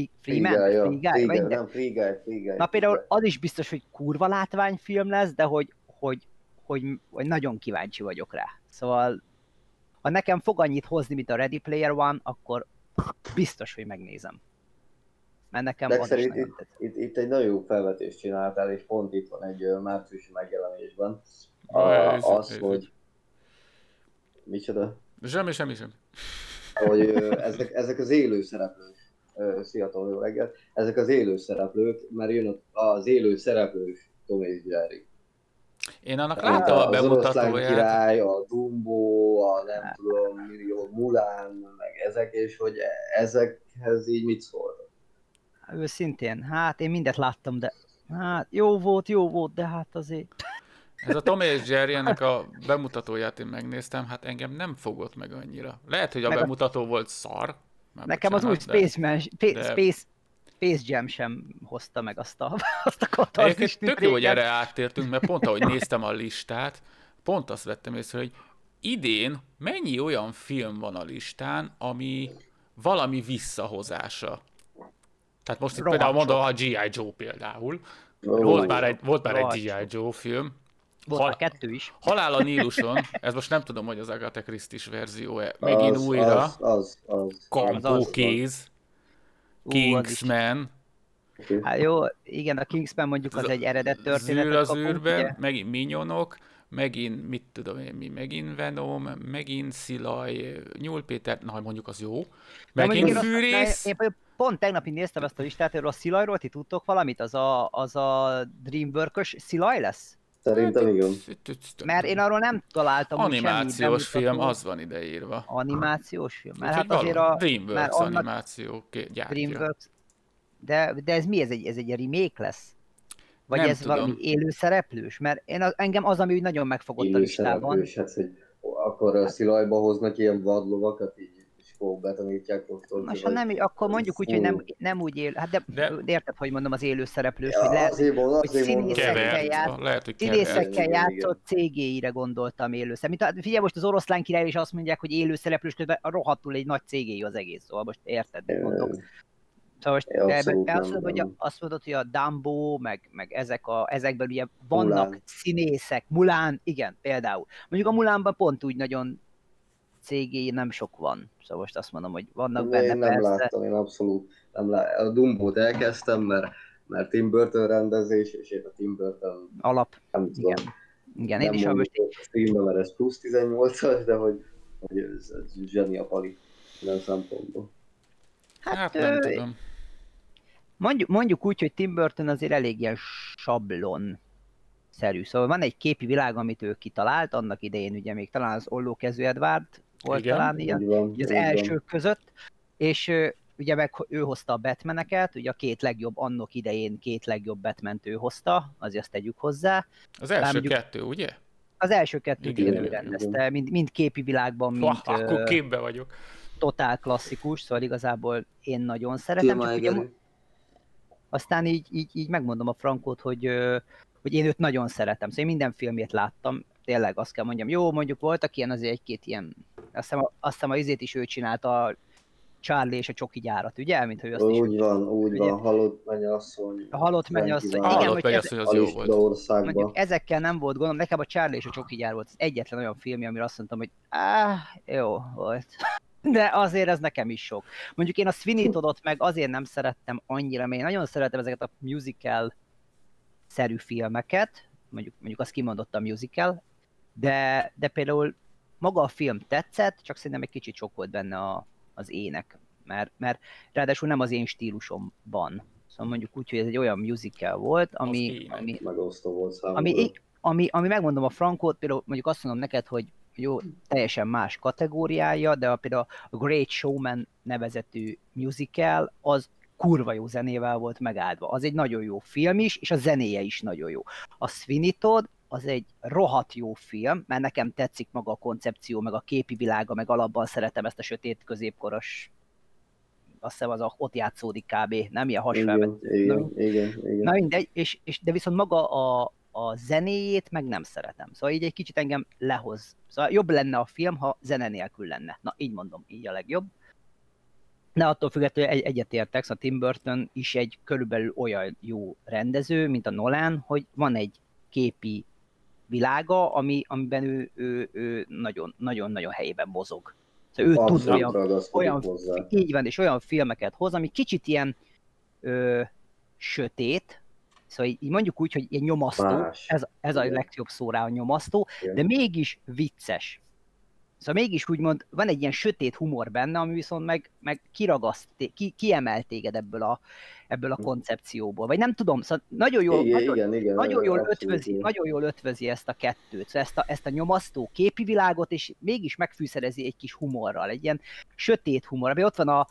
Free Guy. Na például az is biztos, hogy kurva látványfilm lesz, de hogy nagyon kíváncsi vagyok rá. Szóval, ha nekem fog annyit hozni, mint a Ready Player One, akkor biztos, hogy megnézem. Mert nekem az is nagyon itt egy nagyon jó felvetést csináltál, és pont itt van egy márciusi megjelenésben. Hogy... Micsoda? Semmi. Hogy ezek az élő szereplők, sziasztok, jó reggelt, ezek az élő szereplők, mert jön az élő szereplős Tom és Jerry. Én annak láttam a bemutatóját. Az Oroszlán király, a Dumbo, a nem tudom, millió Mulan, meg ezek, és hogy ezekhez így mit szóltak? Őszintén, hát én mindet láttam, de hát jó volt, de hát azért... Ez a Tom és Jerry, ennek a bemutatóját én megnéztem, hát engem nem fogott meg annyira. Lehet, hogy a bemutató volt szar. Nekem bocsánat, az új Space Jam sem hozta meg azt a katarzist. Egyébként tök jó, hogy erre áttértünk, mert pont ahogy néztem a listát, pont azt vettem észre, hogy idén mennyi olyan film van a listán, ami valami visszahozása. Tehát most itt például mondom a G.I. Joe például. Volt már egy G.I. Joe film. Volt a 2 is. Halál a Níluson, ez most nem tudom, hogy az Agatha Christie-s verzió-e. Megint újra. Kampó kéz. Kingsman. Hát jó, igen, a Kingsman mondjuk az egy eredet történet. Zűr az űrben, megint Minyonok, megint, mit tudom én mi, megint Venom, megint Szilaj, Nyúl Péter, na mondjuk az jó. Megint Fűrész. Én pont tegnap néztem ezt a listát, erről a Szilajról, ti tudtok valamit? Az a Dreamworks-ös Szilaj lesz? Szerintem igen. Mert én arról nem találtam animációs film, az van ideírva. Animációs film? Mert hát azért a... Dreamworks animáció gyártja. Dreamworks. De ez mi? Ez egy remake lesz? Vagy nem ez tudom. Valami élő szereplős? Mert engem az, ami úgy nagyon megfogott a listában. Hát, hogy akkor a Szilajba hoznak ilyen vadlovakat, így betanítják rögtön. Most ha nem, akkor mondjuk úgy, hogy nem úgy él, hát de érted, hogy mondom az élő szereplős, ja, hogy lehet, hogy színészekkel játszott CGI-re gondoltam élő szereplős. Figyelj, most az Oroszlán király is azt mondják, hogy élő szereplős, közben rohadtul egy nagy CGI az egész, szóval most érted, mit mondok. Szóval most azt mondod, hogy a Dumbo, meg ezekben ugye vannak Mulan. színészek, Mulan, igen, például. Mondjuk a Mulanban pont úgy nagyon CGI nem sok van. Szóval most azt mondom, hogy vannak benne én nem persze. láttam, én abszolút nem láttam. A Dumbót elkezdtem, mert Tim Burton rendezés, és én a Tim Burton alap. Nem tudom. Igen, én is most streamben, mert ez plusz 18-as, de hogy ez zseni a pali minden szempontból. Hát nem tudom. Mondjuk úgy, hogy Tim Burton azért elég ilyen sablon-szerű. Szóval van egy képi világ, amit ő kitalált, annak idején ugye még talán az Ollókezű Edward volt, igen, talán ilyen, az elsők között, és ugye meg ő hozta a Batmaneket, ugye a annak idején két legjobb Batmant ő hozta, azért azt tegyük hozzá. Az első kettő, ugye? Az első kettőt igen, ő rendezte, mind képi világban, mind... Akkor képbe vagyok. Totál klasszikus, szóval igazából én nagyon szeretem. Csak ugye, aztán így megmondom a Frankót, hogy én őt nagyon szeretem. Szóval én minden filmjét láttam, tényleg azt kell mondjam. Jó, mondjuk voltak ilyen azért egy-két ilyen, azt hiszem a izét is ő csinálta, a Charlie és a Csoki gyárat, ugye? Mint, hogy azt úgy is, van, ugye? Halott mennyasszony. A Halott mennyasszony. A Halott mennyasszony az jó volt. Mondjuk ezekkel nem volt gondom, nekem a Charlie és a Csoki gyár volt az egyetlen olyan filmje, amire azt mondtam, hogy jó volt. De azért ez nekem is sok. Mondjuk én a Sweeney Toddot meg azért nem szerettem annyira, mert én nagyon szeretem ezeket a musical-szerű filmeket, mondjuk azt kimondottam musical, de például maga a film tetszett, csak szerintem egy kicsit sok volt benne az ének, mert ráadásul nem az én stílusomban. Szóval mondjuk úgy, hogy ez egy olyan musical volt, ami megosztó volt számomra. Ami megmondom a Frankót, például mondjuk azt mondom neked, hogy jó, teljesen más kategóriája, de például a Great Showman nevezetű musical, az kurva jó zenével volt megáldva. Az egy nagyon jó film is, és a zenéje is nagyon jó. A Sweeney Todd az egy rohadt jó film, mert nekem tetszik maga a koncepció, meg a képi világa, meg alapban szeretem ezt a sötét középkoros, azt hiszem ott játszódik kb. Nem ilyen hasfelvető. Igen. Na mindegy, de viszont maga a zenéjét meg nem szeretem. Szóval így egy kicsit engem lehoz. Szóval jobb lenne a film, ha zene nélkül lenne. Na, így mondom, így a legjobb. De attól függetlenül egyetértek, szóval Tim Burton is egy körülbelül olyan jó rendező, mint a Nolan, hogy van egy képi világa, amiben ő nagyon-nagyon helyében mozog. Szóval ő tud így van, és olyan filmeket hoz, ami kicsit ilyen sötét, szóval így mondjuk úgy, hogy ilyen nyomasztó, ez a legjobb szó rá, a nyomasztó, de mégis vicces. Szóval mégis úgymond van egy ilyen sötét humor benne, ami viszont meg kiragaszt, kiemel téged ebből a koncepcióból. Vagy nem tudom, szóval nagyon jól ötvözi ezt a kettőt, szóval ezt a nyomasztó képi világot, és mégis megfűszerezi egy kis humorral, egy ilyen sötét humor, ami ott van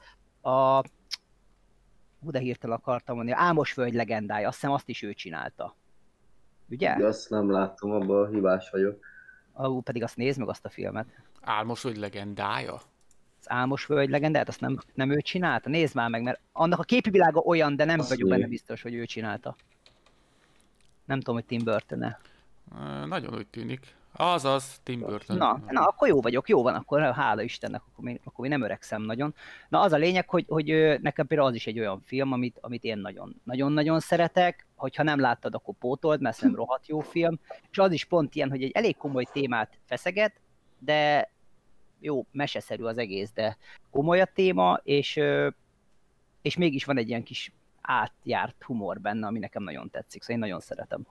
de hirtelen akartam mondani, Álmosvölgy legendája, azt hiszem azt is ő csinálta. Ugye? De azt nem láttam, abban hibás vagyok. Pedig azt nézd meg azt a filmet. Álmosvölgy legendája? Álmos Völgy legendát, azt nem ő csinálta? Nézd már meg, mert annak a képi világa olyan, de nem vagyok benne biztos, hogy ő csinálta. Nem tudom, hogy Tim Burton-e. Nagyon úgy tűnik. Azaz, Tim Burton. Na, akkor jó vagyok, jó van, akkor hála Istennek, akkor még nem öregszem nagyon. Na, az a lényeg, hogy nekem például az is egy olyan film, amit én nagyon-nagyon szeretek, hogyha nem láttad, akkor pótold, mert szerintem rohadt jó film, és az is pont ilyen, hogy egy elég komoly témát feszeget, de jó, meseszerű az egész, de komoly a téma, és mégis van egy ilyen kis átjárt humor benne, ami nekem nagyon tetszik, szóval én nagyon szeretem.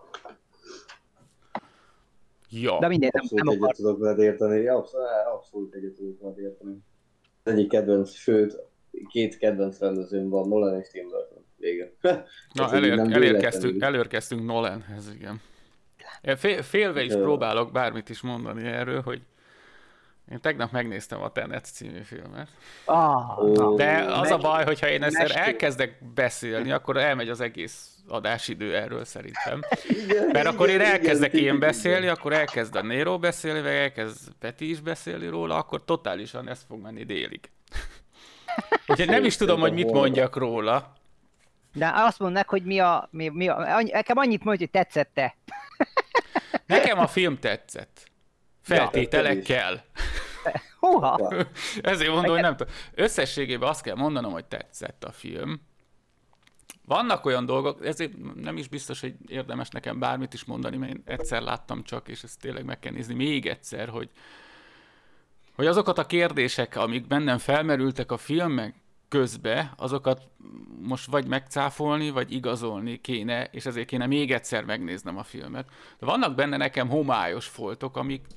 Ja. De mindegy, abszolút egyet tudok veled érteni. Abszolút egyet tudok veled érteni. Az egyik kedvenc, sőt, 2 kedvenc rendezőm van, Nolan és Tim Burton. Vége. Na, elérkeztünk Nolanhez, igen. Félve is próbálok bármit is mondani erről, hogy én tegnap megnéztem a Tenet című filmet. De az a baj, hogyha én egyszer elkezdek beszélni, akkor elmegy az egész adásidő erről szerintem. Mert akkor én elkezdek én beszélni, akkor elkezd a Nero beszélni, vagy elkezd Peti is beszélni róla, akkor totálisan ez fog menni délig. Úgyhogy nem is tudom, hogy mit mondjak róla. De azt mondnak, hogy nekem annyit mondj, hogy tetszett-e. Nekem a film tetszett. Feltételekkel. Húha! Ezért mondom, hogy nem tudom. Összességében azt kell mondanom, hogy tetszett a film. Vannak olyan dolgok, ezért nem is biztos, hogy érdemes nekem bármit is mondani, mert én egyszer láttam csak, és ezt tényleg meg kell nézni még egyszer, hogy azokat a kérdések, amik bennem felmerültek a filmek közbe, azokat most vagy megcáfolni, vagy igazolni kéne, és ezért kéne még egyszer megnéznem a filmet. De vannak benne nekem homályos foltok, amik...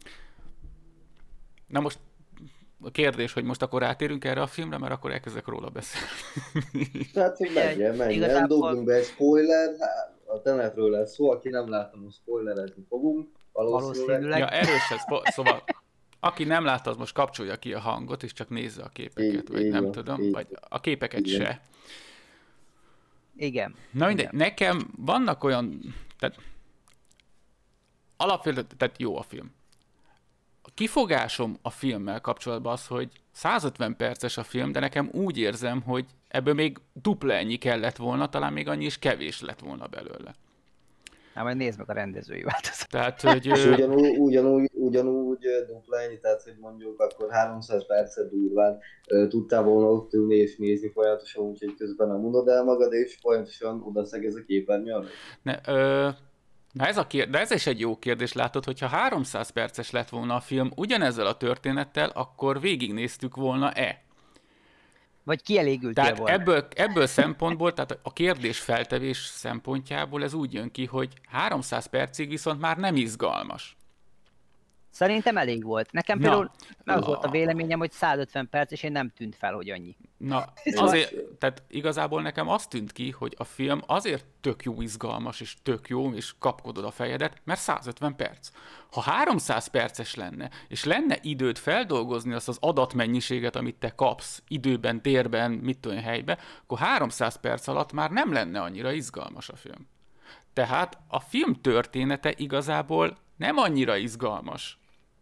Na most a kérdés, hogy most akkor rátérünk erre a filmre, mert akkor elkezdek róla beszélni. Tehát, hogy menjen, dobjunk be egy spoiler, a Tenetről lesz szó, aki nem látta, most spoilerezni fogunk, valószínűleg. Ja, erős ez, szóval aki nem látta, az most kapcsolja ki a hangot, és csak nézze a képeket, vagy nem tudom, vagy a képeket se. Igen. Na mindegy, nekem vannak olyan, tehát alapvetően, tehát jó a film. A kifogásom a filmmel kapcsolatban az, hogy 150 perces a film, de nekem úgy érzem, hogy ebből még dupla ennyi kellett volna, talán még annyi is kevés lett volna belőle. Na, majd nézd meg a rendezői változat. Tehát, hogy... És ugyanúgy dupla ennyi, tehát hogy mondjuk akkor 300 percet durván tudtál volna ott ülni és nézni folyamatosan, úgyhogy közben nem unod el magad, és folyamatosan odaszegez a képernyő arra. De ez is egy jó kérdés, látod, hogyha 300 perces lett volna a film ugyanezzel a történettel, akkor végignéztük volna-e? Vagy kielégültél volna? Ebből szempontból, tehát a kérdés feltevés szempontjából ez úgy jön ki, hogy 300 percig viszont már nem izgalmas. Szerintem elég volt. Nekem például az volt a véleményem, hogy 150 perc, és én nem tűnt fel, hogy annyi. Na, azért, tehát igazából nekem azt tűnt ki, hogy a film azért tök jó izgalmas, és tök jó, és kapkodod a fejedet, mert 150 perc. Ha 300 perces lenne, és lenne időd feldolgozni azt az adatmennyiséget, amit te kapsz időben, térben, mit tudom, helyben, akkor 300 perc alatt már nem lenne annyira izgalmas a film. Tehát a film története igazából nem annyira izgalmas.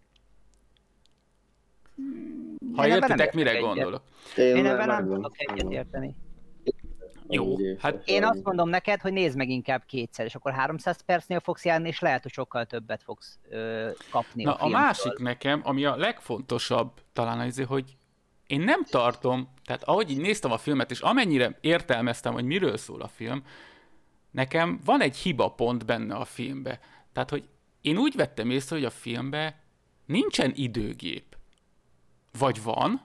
Ha értitek, mire gondolok. Én ebben nem tudok egyet érteni. Jó, hát én azt mondom neked, hogy nézd meg inkább kétszer, és akkor 300 percnél fogsz járni, és lehet, hogy sokkal többet fogsz kapni a filmtől. A másik nekem, ami a legfontosabb talán az, hogy én nem tartom, tehát ahogy így néztem a filmet, és amennyire értelmeztem, hogy miről szól a film, nekem van egy hibapont benne a filmbe. Tehát, hogy én úgy vettem észre, hogy a filmben nincsen időgép. Vagy van?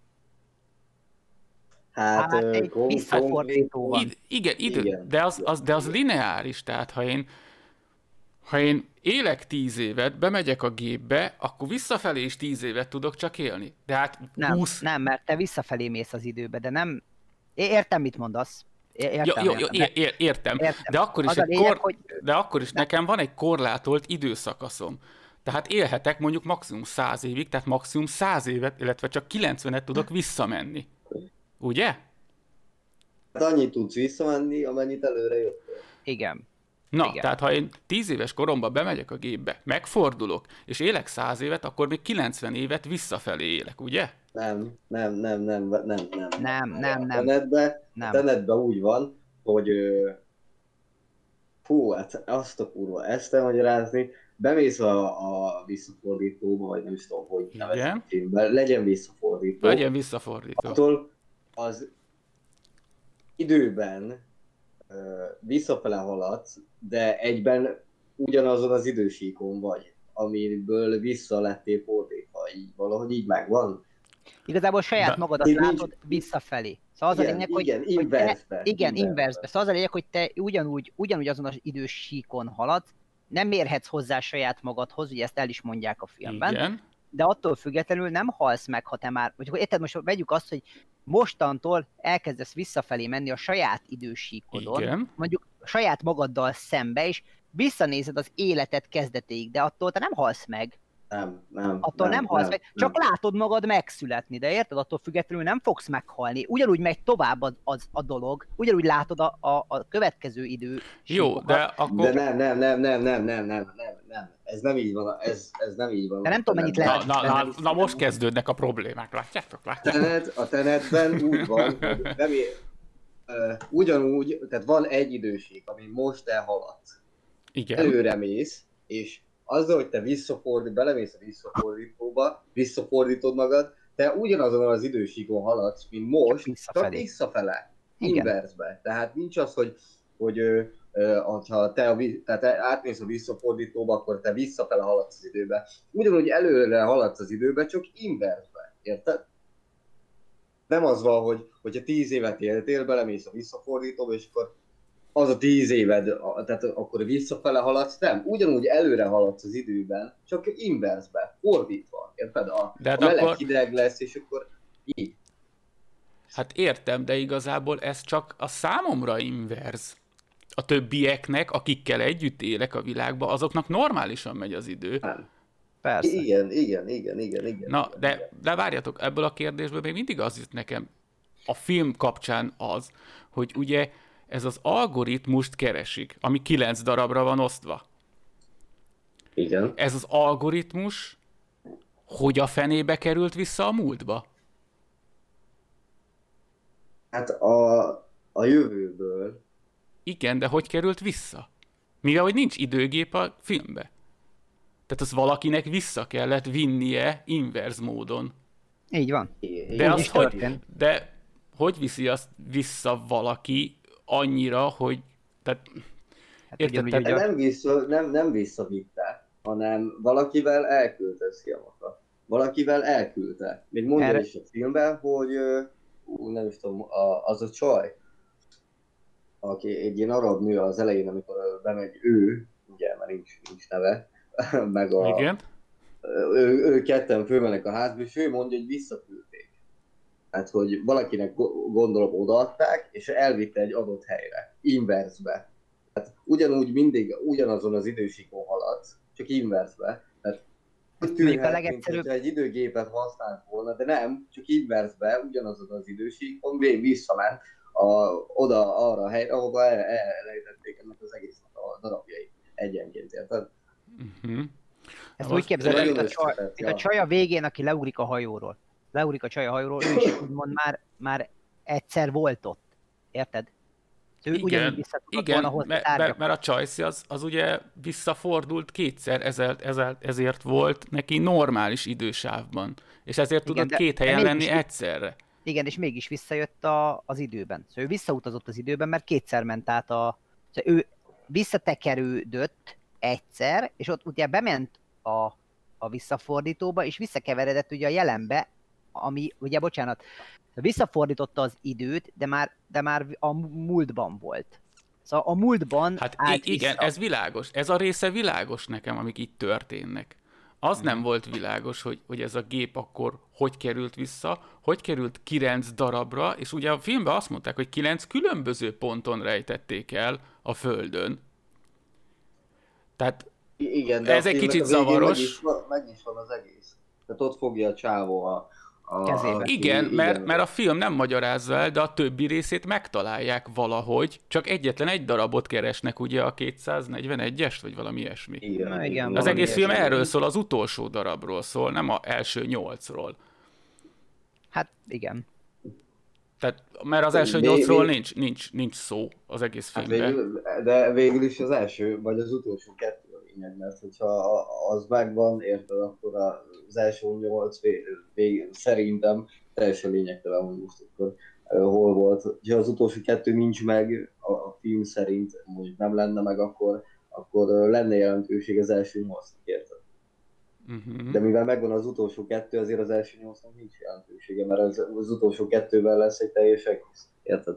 Hát egy visszafordító van. Igen, de az lineáris, tehát ha én élek 10 évet, bemegyek a gépbe, akkor visszafelé is 10 évet tudok csak élni. De hát 20... Nem, mert te visszafelé mész az időbe, de nem... Értem, mit mondasz. Értem. De akkor is nekem van egy korlátolt időszakaszom. Tehát élhetek mondjuk maximum 100 évig, tehát maximum 100 évet, illetve csak 90-et tudok visszamenni. Ugye? Hát annyit tudsz visszamenni, amennyit előre jöttél. Igen. Na, igen. Tehát ha én 10 éves koromban bemegyek a gépbe, megfordulok, és élek 100 évet, akkor még 90 évet visszafelé élek, ugye? Nem. A tenetben úgy van, hogy hát azt a kurva, ezt elmagyarázni, bemész a visszafordítóba, vagy nem is tudom, hogy nevezik a filmben, legyen visszafordító. Legyen visszafordító. Attól az időben visszafele haladsz, de egyben ugyanazon az idősíkon vagy, amiből vissza lettél fordítva, így valahogy így megvan. Igazából saját magadat látod visszafelé. Szóval az a lényeg, hogy... inversbe. Igen, inversbe. Szóval az a lényeg, hogy te ugyanúgy azon az idős síkon haladsz, nem mérhetsz hozzá saját magadhoz, ugye ezt el is mondják a filmben. Igen. De attól függetlenül nem halsz meg, ha te már... Vagy érted, most vegyük azt, hogy mostantól elkezdesz visszafelé menni a saját idősíkodon, igen. Mondjuk saját magaddal szembe, és visszanézed az életed kezdetéig, de attól te nem halsz meg. Attól nem halsz meg, csak látod magad megszületni, de érted? Attól függetlenül nem fogsz meghalni. Ugyanúgy megy tovább a dolog, ugyanúgy látod a következő idő. Jó, de akkor... De nem. Ez nem így van, ez nem így van. De nem tudom, mennyit lehet. Na most kezdődnek a problémák, látjátok? A tenetben úgy van, hogy ugyanúgy, tehát van egy időség, ami most elhaladsz. Igen. Előre mész, és azzal, hogy te belemész a visszafordítóba, visszafordítod magad, te ugyanazon az idősíkon haladsz, mint most, csak visszafele, inversbe. Tehát nincs az, hogy ha te átmész a visszafordítóba, akkor te visszafele haladsz az időbe. Ugyanúgy előre haladsz az időbe, csak inversbe. Érted? Nem az van, hogyha 10 évet éltél, belemész a visszafordítóba, és akkor az a 10 éved, tehát akkor visszafele haladsz, nem. Ugyanúgy előre haladsz az időben, csak inversbe, fordítva. Érted? A meleg hideg lesz, és akkor így. Hát értem, de igazából ez csak a számomra inverz. A többieknek, akikkel együtt élek a világban, azoknak normálisan megy az idő. Nem. Persze. Igen. Na, de várjatok, ebből a kérdésből még mindig az jut nekem a film kapcsán az, hogy ugye ez az algoritmust keresik, ami 9 darabra van osztva. Igen. Ez az algoritmus hogy a fenébe került vissza a múltba? Hát a jövőből. Igen, de hogy került vissza? Mivel, hogy nincs időgép a filmbe. Tehát az valakinek vissza kellett vinnie inverz módon. Így van. De hogy viszi azt vissza valaki annyira, hogy... Tehát, nem visszavitte, hanem valakivel elküldte a szilmakat. Valakivel elküldte. Még mondja is a filmben, hogy nem is tudom, az a csaj, aki egy ilyen arab nő az elején, amikor bemegy ő, ugye, mert nincs neve, meg igen. Ő ketten fölmennek a házba, és ő mondja, hogy visszaküldték. Hát, hogy valakinek gondolom odaadták, és elvitte egy adott helyre, inversbe. Hát ugyanúgy mindig ugyanazon az idősíkon haladsz, csak inversbe. Tehát tűnhet, mint egy időgépet használt volna, de nem, csak inversbe, ugyanazon az idősíkon, visszament oda arra a helyre, ahova elrejtették ennek az egésznek a darabjait egyenként, érted? Uh-huh. Ezt úgy képzeled, mint a csaj a végén, aki leugrik a hajóról. Leugrik a csaj a hajóról, ő is úgymond már egyszer volt ott. Érted? Ő igen, mert a Csajci az ugye visszafordult kétszer, ezért volt neki normális idősávban. És ezért tudott két helyen lenni egyszerre. Igen, és mégis visszajött az időben. Szóval ő visszautazott az időben, mert kétszer ment át szóval ő visszatekerődött egyszer, és ott ugye bement a visszafordítóba, és visszakeveredett ugye a jelenbe, ami, ugye bocsánat, visszafordította az időt, de már a múltban volt. Szóval a múltban hát igen, ez világos. Ez a része világos nekem, amik itt történnek. Az nem volt világos, hogy ez a gép akkor hogy került vissza, hogy került 9 darabra, és ugye a filmben azt mondták, hogy 9 különböző ponton rejtették el a Földön. Tehát igen, de ez egy kicsit zavaros. Meg is van az egész. Tehát ott fogja a csávó kezébe. Igen, mert a film nem magyarázza el, de a többi részét megtalálják valahogy, csak egyetlen egy darabot keresnek, ugye a 241-est, vagy valami ilyesmi. Igen, az egész film erről szól, az utolsó darabról szól, nem az első 8-ról. Hát igen. Tehát, mert az első 8-ról nincs szó az egész filmben. De végül is az első, vagy az utolsó 2 a lényeg, mert hogyha az megvan, érted, akkor az első 8 szerintem teljesen lényegtelen, hogy most akkor hol volt. Ha az utolsó 2 nincs meg, a film szerint mondjuk nem lenne meg, akkor lenne jelentőség az első 8-nak, érted? De mivel megvan az utolsó 2, azért az első 8-nak nincs jelentősége, mert az utolsó 2-vel lesz egy teljes egész, érted?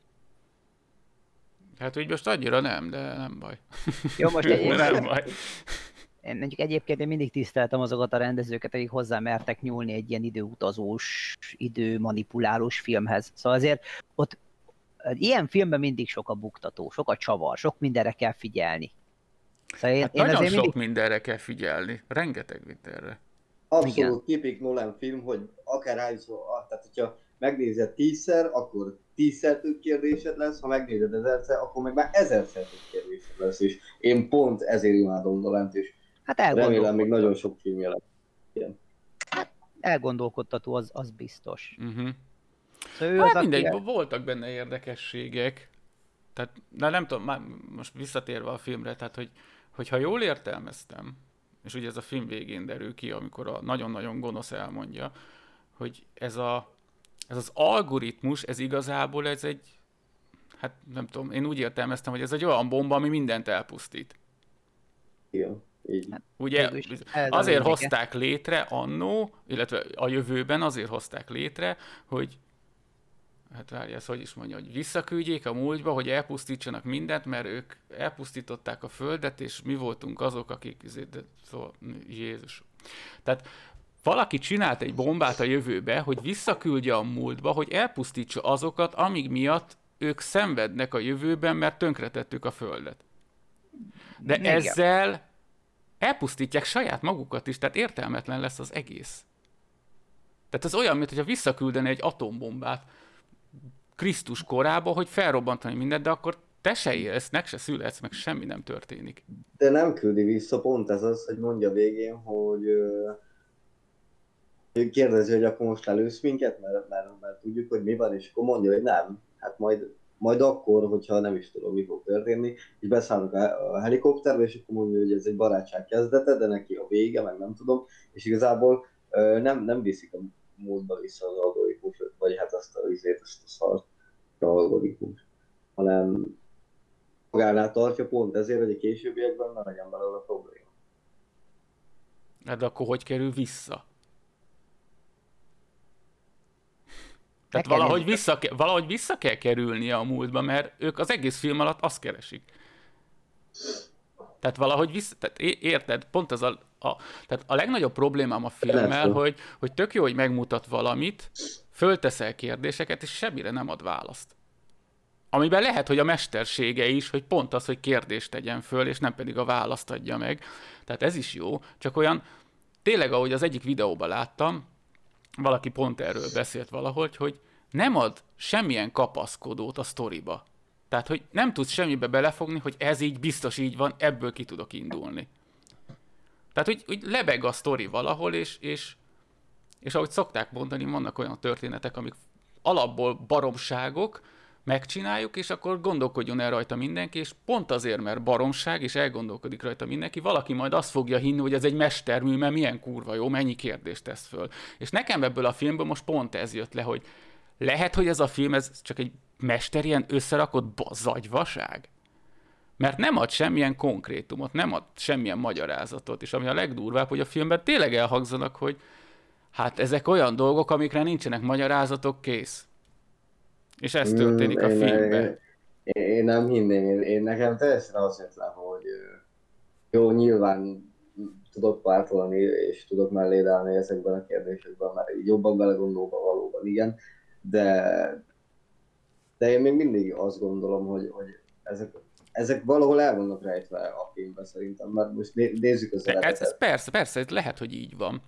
Hát úgy most annyira nem, de nem baj. Jó, most nem baj. Én egyébként mindig tiszteltem azokat a rendezőket, akik hozzá mertek nyúlni egy ilyen időutazós, időmanipulálós filmhez. Szóval azért ott ilyen filmben mindig sok a buktató, sok a csavar, sok mindenre kell figyelni. Szóval hát nagyon sok mindenre kell figyelni, rengeteg mindenre. Abszolút tipik Nolan film, hogy akár tehát hogyha megnézed 10-szer, akkor 10-szer több kérdésed lesz, ha megnézed 1000-szer, akkor meg már 1000-szer több kérdésed lesz, és én pont ezért imádom Nolent, és hát remélem még nagyon sok filmje lesz. Igen. Hát elgondolkodtató, az biztos. Szóval hát mindegy, voltak benne érdekességek. Tehát, de nem tudom, már most visszatérve a filmre, tehát, hogyha jól értelmeztem, és ugye ez a film végén derül ki, amikor a nagyon-nagyon gonosz elmondja, hogy ez az algoritmus, ez igazából hát nem tudom, én úgy értelmeztem, hogy ez egy olyan bomba, ami mindent elpusztít. Igen, így. Ugye azért hozták létre annó, illetve a jövőben azért hozták létre, hogy hát várj, ezt hogy is mondja, hogy visszaküldjék a múltba, hogy elpusztítsanak mindent, mert ők elpusztították a Földet, és mi voltunk azok, akik... Szóval, Jézus. Tehát valaki csinált egy bombát a jövőbe, hogy visszaküldje a múltba, hogy elpusztítsa azokat, amíg miatt ők szenvednek a jövőben, mert tönkretettük a Földet. De igen, ezzel elpusztítják saját magukat is, tehát értelmetlen lesz az egész. Tehát ez olyan, mintha visszaküldeni egy atombombát Krisztus korába, hogy felrobbantani mindent, de akkor te se élsz, meg se születsz, meg semmi nem történik. De nem küldi vissza, pont ez az, hogy mondja végén, hogy kérdezi, hogy akkor most lelősz minket, mert tudjuk, hogy mi van, és akkor mondja, hogy nem. Hát majd akkor, hogyha nem is tudom, mi fog történni, és beszállunk a helikopterbe, és akkor mondja, hogy ez egy barátság kezdete, de neki a vége, meg nem tudom, és igazából nem viszik a múltba vissza az algoritmus, vagy hát azt a szart, az algoritmus, hanem magánál tartja pont ezért, hogy a későbbiekben ne legyen belőle probléma. Hát akkor hogy kerül vissza? Tehát valahogy vissza kell kerülnie a múltba, mert ők az egész film alatt azt keresik. Tehát valahogy vissza... Tehát érted? Pont az tehát a legnagyobb problémám a filmmel, hogy tök jó, hogy megmutat valamit, fölteszel kérdéseket, és semmire nem ad választ. Amiben lehet, hogy a mestersége is, hogy pont az, hogy kérdést tegyen föl, és nem pedig a választ adja meg. Tehát ez is jó, csak olyan... Tényleg, ahogy az egyik videóban láttam, valaki pont erről beszélt valahogy, hogy nem ad semmilyen kapaszkodót a sztoriba. Tehát, hogy nem tudsz semmibe belefogni, hogy ez így biztos így van, ebből ki tudok indulni. Tehát, hogy lebeg a sztori valahol, és ahogy szokták mondani, vannak olyan történetek, amik alapból baromságok, megcsináljuk, és akkor gondolkodjon el rajta mindenki, és pont azért, mert baromság, és elgondolkodik rajta mindenki, valaki majd azt fogja hinni, hogy ez egy mestermű, mert milyen kurva jó, mennyi kérdést tesz föl. És nekem ebből a filmből most pont ez jött le, hogy lehet, hogy ez a film, ez csak egy mester ilyen összerakott zagyvaság? Mert nem ad semmilyen konkrétumot, nem ad semmilyen magyarázatot, és ami a legdurvább, hogy a filmben tényleg elhangzanak, hogy hát ezek olyan dolgok, amikre nincsenek magyarázatok, kész. És ez történik a filmben. Én nem hinném, én nekem teljesen az jött le, hogy jó, nyilván tudok pártolni, és tudok mellé állni ezekben a kérdésekben, mert jobban belegondolva valóban igen, de én még mindig azt gondolom, hogy ezek valahol el vannak rejtve a filmben szerintem, mert most nézzük az eredetet. Persze, lehet, hogy így van.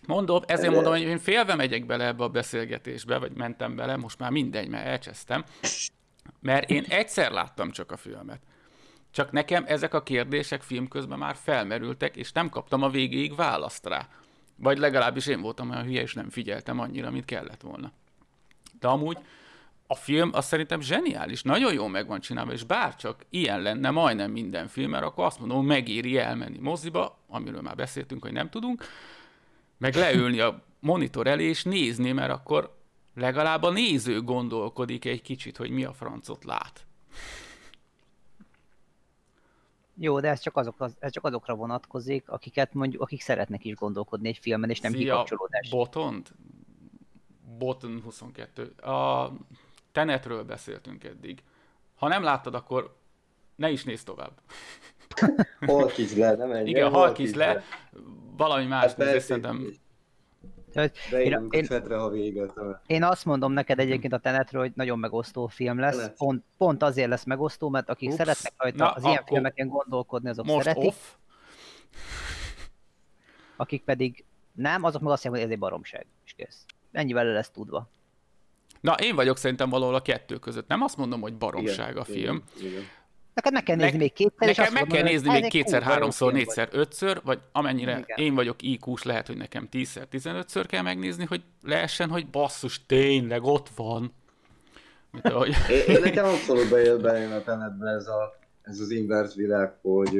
Mondom, ezért mondom, hogy én félve megyek bele ebbe a beszélgetésbe, vagy mentem bele, most már mindegy, mert elcsesztem, mert én egyszer láttam csak a filmet. Csak nekem ezek a kérdések film közben már felmerültek, és nem kaptam a végéig választ rá. Vagy legalábbis én voltam olyan hülye, és nem figyeltem annyira, mint kellett volna. De amúgy a film azt szerintem zseniális, nagyon jól meg van csinálva, és bárcsak ilyen lenne majdnem minden film, mert akkor azt mondom, megéri elmenni moziba, amiről már beszéltünk, hogy nem tudunk, meg leülni a monitor elé, és nézni, mert akkor legalább a néző gondolkodik egy kicsit, hogy mi a francot lát. Jó, de ez csak azokra vonatkozik, akik szeretnek is gondolkodni egy filmen, és nem kikapcsolódás. Botton 22. A Tenetről beszéltünk eddig. Ha nem láttad, akkor ne is nézz tovább. Halkíts le, nem ennyi. Igen, halkíts le. Valami más nézz, szerintem... Én azt mondom neked egyébként a Tenetről, hogy nagyon megosztó film lesz. Pont azért lesz megosztó, mert akik szeretnek rajta az ilyen filmeken gondolkodni, azok szeretik. Akik pedig nem, azok meg azt mondják, hogy ez egy baromság. És kész. Ennyivel lesz tudva. Na, én vagyok szerintem valahol a kettő között. Nem azt mondom, hogy baromság a film. Igen. Neked meg kell nézni még kétszer, nekem meg kell nézni még kétszer, háromszor, négyszer, ötször, vagy amennyire én vagyok IQ-s, lehet, hogy nekem 10-szer, 15-ször kell megnézni, hogy lehessen, hogy basszus, tényleg ott van. Én nekem abszolút bejön a Tenetbe ez az inverse világ,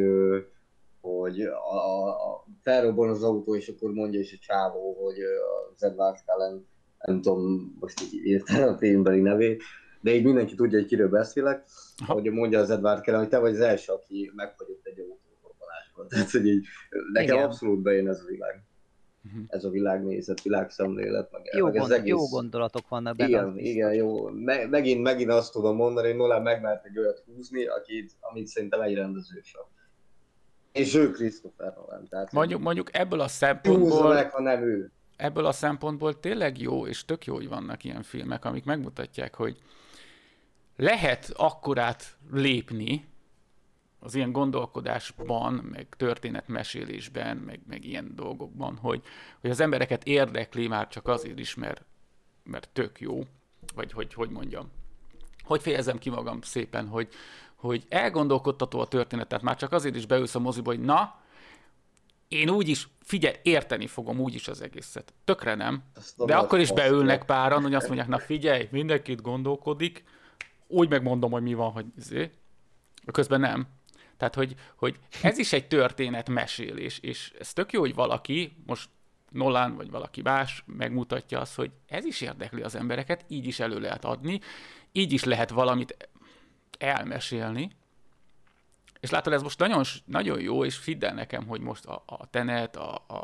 hogy felrobban az autó, és akkor mondja is a csávó, hogy az Edward Cullen, nem tudom most így írtam a filmbeli nevét, de így mindenki tudja, hogy kiről beszélek, hogy mondja az Edward Cullen, hogy te vagy az első, aki megfagyott egy autóforgalásban. Tehát, hogy így nekem abszolút bejön ez a világ. Ez a világnézet, világszemlélet, meg ez egész... Jó gondolatok vannak benne. Igen, jó. Megint azt tudom mondani, hogy Nolan megmert egy olyat húzni, amit szerintem egy rendezősor. És ő Christopher Nolan. Tehát mondjuk ebből a szempontból... meg, ha nem ő. Ebből a szempontból tényleg jó, és tök jó, hogy vannak ilyen filmek, amik megmutatják, hogy lehet akkorát lépni az ilyen gondolkodásban, meg történetmesélésben, meg ilyen dolgokban, hogy az embereket érdekli már csak azért is, mert tök jó, vagy hogy mondjam. Hogy fejezem ki magam szépen, hogy elgondolkodtató a történet, tehát már csak azért is beülsz a moziba, hogy na, én úgyis, figyelj, érteni fogom úgyis az egészet. Tökre nem, de akkor is beülnek páran, hogy azt mondják, na figyelj, mindenkit gondolkodik, úgy megmondom, hogy mi van, hogy közben nem. Tehát, hogy ez is egy történetmesélés, és ez tök jó, hogy valaki, most Nolan vagy valaki más megmutatja azt, hogy ez is érdekli az embereket, így is elő lehet adni, így is lehet valamit elmesélni. És látod, ez most nagyon, nagyon jó, és hidd el nekem, hogy most a Tenet,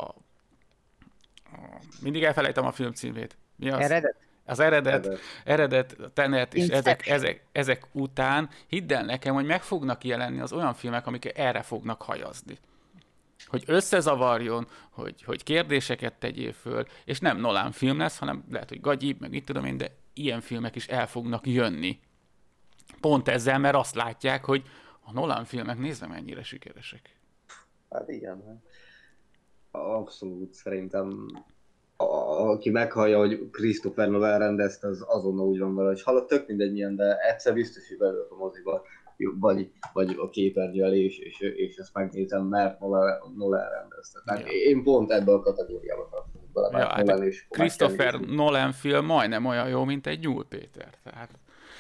mindig elfelejtem a film címét. Mi az? Az eredet, a Tenet, és ezek után hidd el nekem, hogy meg fognak jelenni az olyan filmek, amik erre fognak hajazni. Hogy összezavarjon, hogy kérdéseket tegyél föl, és nem Nolan film lesz, hanem lehet, hogy Gagyi, meg mit tudom én, de ilyen filmek is el fognak jönni. Pont ezzel, mert azt látják, hogy a Nolan filmek nézve mennyire sikeresek. Hát igen. Abszolút szerintem aki meghallja, hogy Christopher Nolan rendezte, az azonnal úgy van vele, hogy hallott, tök mindegy milyen, de egyszer biztos, hogy belőlük a moziba, vagy a képernyő elé, és ezt megnézem, mert Nolan rendezte. Tehát én pont ebben a kategóriában tartom bele, mert Nolan is. Christopher Nolan film majdnem olyan jó, mint egy Nyúl Péter. Tehát...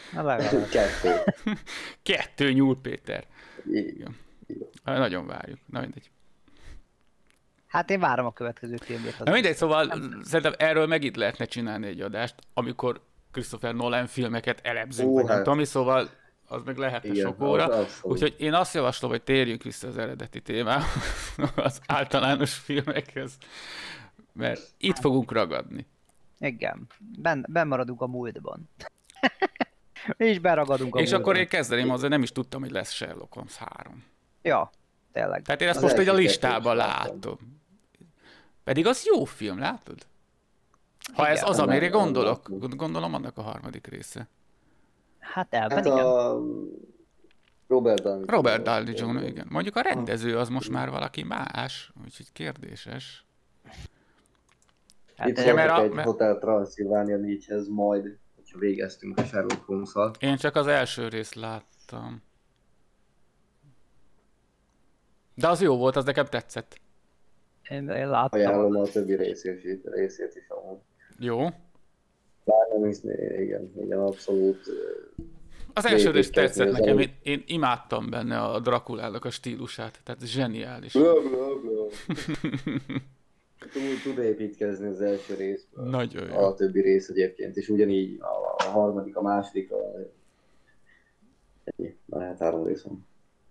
Kettő Nyúl Péter. Igen. Nagyon várjuk. Na mindegy. Hát én várom a következő filmét. Na mindegy, szóval szerintem erről megint lehetne csinálni egy adást, amikor Christopher Nolan filmeket elemzünk, vagy nem tudom, szóval az meg lehetne sok óra. Úgyhogy én azt javaslom, hogy térjünk vissza az eredeti témához, az általános filmekhez, mert itt fogunk ragadni. Igen, benn maradunk a múltban. Mi is beragadunk a múltban. És akkor én kezdeném azzal, nem is tudtam, hogy lesz Sherlock Holmes 3. Ja, tényleg. Tehát én ezt most egy a listában látom. Pedig az jó film, látod? Ha igen, ez az, amire gondolok, gondolom annak a harmadik része. Hát elben igen. Robert Downey Jr., igen. Mondjuk a rendező az most már valaki más, úgyhogy kérdéses. Itt szóltak egy Hotel Transylvania 4-hez majd, hogyha végeztünk a Sherlock Holmes-al. Én csak az első részt láttam. De az jó volt, az nekem tetszett. Én láttam. Ajánlom a többi részét is amúgy. Jó. Bár nem is, igen, abszolút. Az első rész tetszett nekem, én imádtam benne a Drakulának a stílusát, tehát zseniális. Tud építkezni az első részből. Nagyon jó. A többi rész egyébként, és ugyanígy a harmadik, a második, hát 3 részem.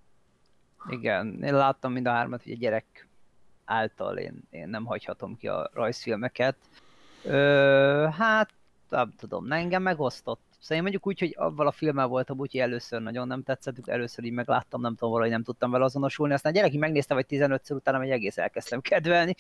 Igen, én láttam mind a 3-at, hogy a gyerek által én nem hagyhatom ki a rajzfilmeket. Hát, nem tudom, engem megosztott. Szóval én mondjuk úgy, hogy avval a filmmel voltam úgy, hogy először nagyon nem tetszett, először így megláttam, nem tudom, valahogy nem tudtam vele azonosulni, aztán a gyerek így megnéztem, vagy 15-ször utána, hogy egész elkezdtem kedvelni.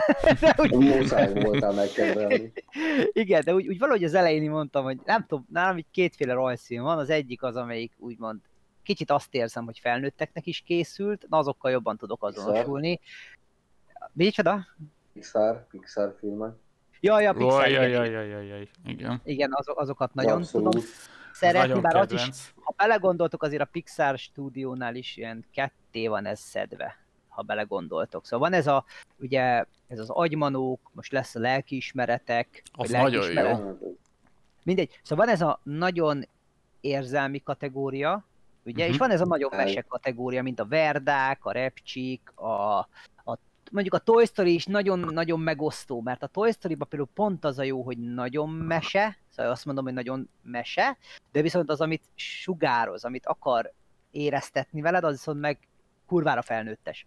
Muszáj voltál megkedvelni. Igen, de úgy valahogy az elején mondtam, hogy nem tudom, nálam így kétféle rajzfilm van, az egyik az, amelyik úgymond kicsit azt érzem, hogy felnőtteknek is készült, na azokkal jobban tudok azonosulni. Micsoda? Pixar filmek. Jaj, a Pixar. Igen. Igen, azokat nagyon tudom szeretni, bár az is, ha belegondoltok, azért a Pixar stúdiónál is ilyen ketté van ez szedve, ha belegondoltok. Szóval van ugye ez az agymanók, most lesz a lelkiismeretek. Az nagyon jó. Mindegy, szóval van ez a nagyon érzelmi kategória, ugye, és van ez a nagyon mese kategória, mint a verdák, a repcsik, mondjuk a Toy Story is nagyon-nagyon megosztó, mert a Toy Story-ban például pont az a jó, hogy nagyon mese, szóval azt mondom, hogy nagyon mese, de viszont az, amit sugároz, amit akar éreztetni veled, az viszont meg kurvára felnőttes.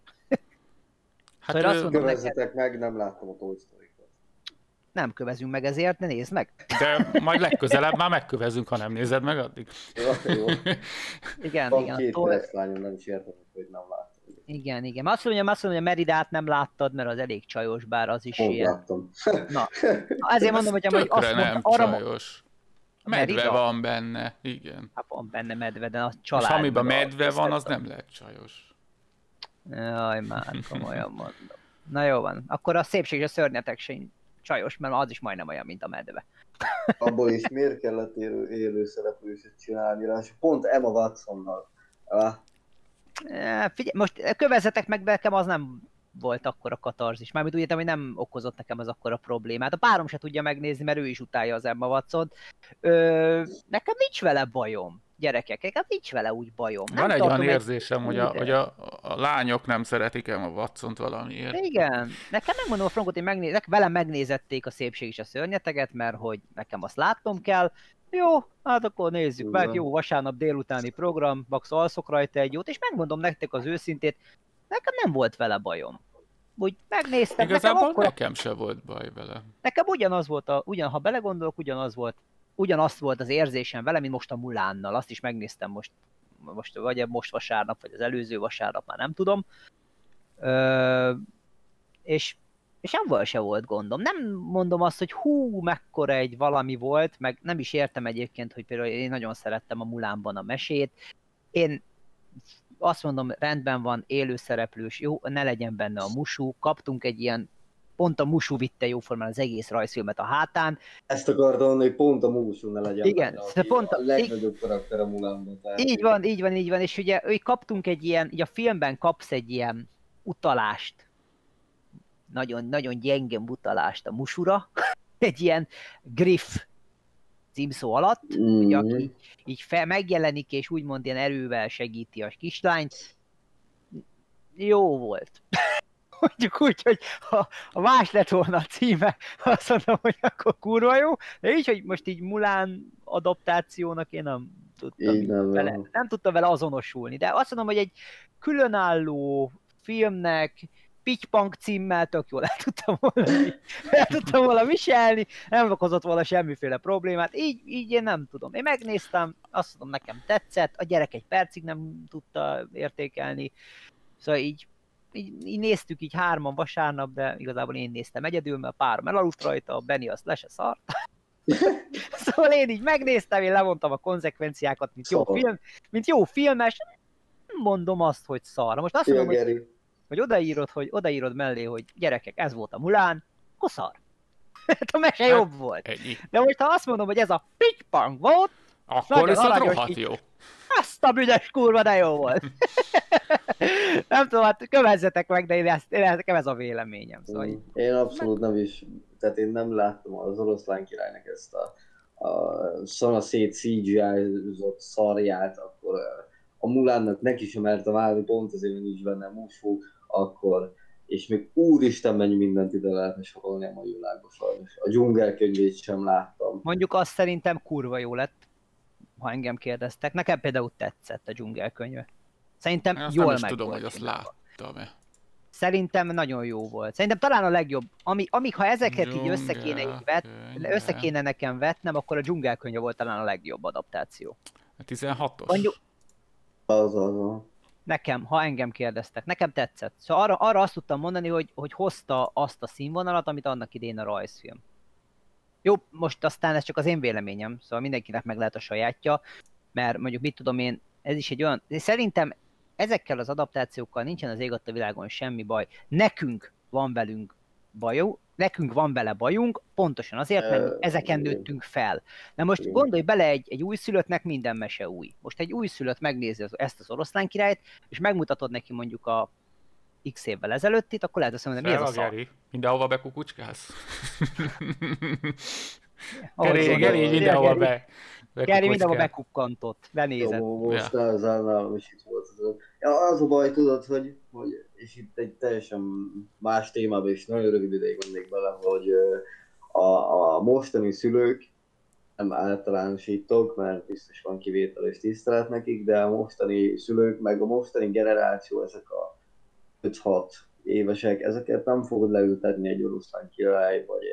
Hát szóval kövezzetek meg, nem láttam a Toy Story-kat. Nem kövezünk meg ezért, ne nézd meg. De majd legközelebb már megkövezünk, ha nem nézed meg addig. Jó. Igen. Van 2 keresztlányom, nem is értem, hogy nem láttam. Igen. Azt mondja, hogy a Meridát nem láttad, mert az elég csajos, bár az is ilyen. Láttam. Na, ezért mondom, hogy azt nem arra... csajos. Medve van benne, igen. Hát van benne medve, de a család... És amiben medve van, az nem lehet csajos. Jaj, már komolyan mondom. Na jó van, akkor a Szépség és a Szörnyetek sem csajos, mert az is majdnem olyan, mint a medve. Abból is miért kellett élő szereplőset csinálni rá, és pont Emma Watsonnal. Figyelj, most kövezzetek meg, nekem az nem volt akkora katarzis. Mármint úgy értem, hogy nem okozott nekem az akkora problémát. A párom se tudja megnézni, mert ő is utálja az Emma Watson-t. Nekem nincs vele bajom, gyerekek, nekem nincs vele úgy bajom. Van egy olyan érzésem, hogy a lányok nem szeretik Emma Watsont valamiért. Igen, nekem megmondom a frankot, hogy velem megnézették a Szépség és a Szörnyeteget, mert hogy nekem azt látnom kell. Jó, hát akkor nézzük meg, jó vasárnap délutáni program, max alszok rajta egy jót, és megmondom nektek az őszintét, nekem nem volt vele bajom. Úgy megnéztem, igazából nekem se volt baj vele. Nekem ugyanaz volt, ha belegondolok, ugyanaz volt az érzésem vele, mint most a Mulánnal, azt is megnéztem vagy most vasárnap, vagy az előző vasárnap, már nem tudom. És avval se volt gondom. Nem mondom azt, hogy mekkora egy valami volt, meg nem is értem egyébként, hogy például én nagyon szerettem a Mulánban a mesét. Én azt mondom, rendben van, élőszereplős, jó, ne legyen benne a Mushu. Kaptunk egy ilyen, pont a Mushu vitte jóformán az egész rajzfilmet a hátán. Ezt akartam mondani, hogy pont a Mushu ne legyen igen, benne, pont a legnagyobb karakter a Mulánban. Így van, és ugye kaptunk egy ilyen, így a filmben kapsz egy ilyen utalást, nagyon gyenge utalást a Mushura, egy ilyen Griff címszó alatt, hogy aki így megjelenik, és úgymond ilyen erővel segíti a kislányt. Jó volt. Mondjuk úgy, hogy ha más lett volna a címe, azt mondom, hogy akkor kurva jó, de így, hogy most így Mulán adaptációnak én nem tudtam vele azonosulni, de azt mondom, hogy egy különálló filmnek, Pittypank címmel tök jól el tudtam volna viselni, nem okozott volna semmiféle problémát, így én nem tudom. Én megnéztem, azt mondom, nekem tetszett, a gyerek egy percig nem tudta értékelni, szóval így néztük így 3-an vasárnap, de igazából én néztem egyedül, mert a párom elaludt rajta, a Benny azt le se szart. Szóval én így megnéztem, én levontam a konzekvenciákat, mint jó filmes, mondom azt, hogy szar. Most azt mondom, hogy odaírod mellé, hogy gyerekek, ez volt a Mulán, akkor szar. A mese jobb volt. Ennyi. De most ha azt mondom, hogy ez a pikpang volt, akkor viszont rohadt jó. Azt a büdös kurva, de jó volt. Nem tudom, hát kövezzetek meg, de nekem ez a véleményem. Szóval én abszolút nem is, tehát én nem láttam az Oroszlán királynak ezt a szanaszét CGI-zott szarját, akkor a Mulánnak neki sem mertem állni, pont azért nincs benne Mushu, akkor, és még úristen mennyi mindent ide lehetne sorolni a mai világban sajnos. A dzsungelkönyvét sem láttam. mondjuk azt szerintem kurva jó lett, ha engem kérdeztek. Nekem például tetszett a dzsungelkönyve. Szerintem Én azt jól nem is meg tudom, volt hogy azt csinálva. láttam-e. Szerintem nagyon jó volt. Szerintem talán a legjobb. Amíg ha ezeket így össze kéne nekem vetnem, akkor a dzsungelkönyve volt talán a legjobb adaptáció. A 16-os? Mondjuk Az. nekem, ha engem kérdeztek, nekem tetszett. Szóval arra azt tudtam mondani, hogy hozta azt a színvonalat, amit annak idén a rajzfilm. Jó, most aztán ez csak az én véleményem, szóval mindenkinek meg lehet a sajátja, mert mondjuk mit tudom én, ez is egy olyan, szerintem ezekkel az adaptációkkal nincsen az ég a világon semmi baj. Nekünk van vele bajunk, pontosan azért, mert ezeken nőttünk fel. Na most gondolj bele, egy újszülöttnek minden mese új. Most egy újszülött megnézi ezt az Oroszlán királyt, és megmutatod neki mondjuk a x évvel ezelőttit, akkor lehet azt mondani, mi ez a szar? Mindenhova bekukucskálsz? Geri, mindenhova be. Geri mindenhova bekukkantott, benézett. Jó, most nálam is itt volt. Az a baj, tudod, hogy és itt egy teljesen más témában is nagyon rövid ideig mennék bele, hogy a mostani szülők, nem általánosítok, mert biztos van kivétel és tisztelet nekik, de a mostani szülők, meg a mostani generáció, ezek a 5-6 évesek, ezeket nem fogod leültetni egy Oroszlán király, vagy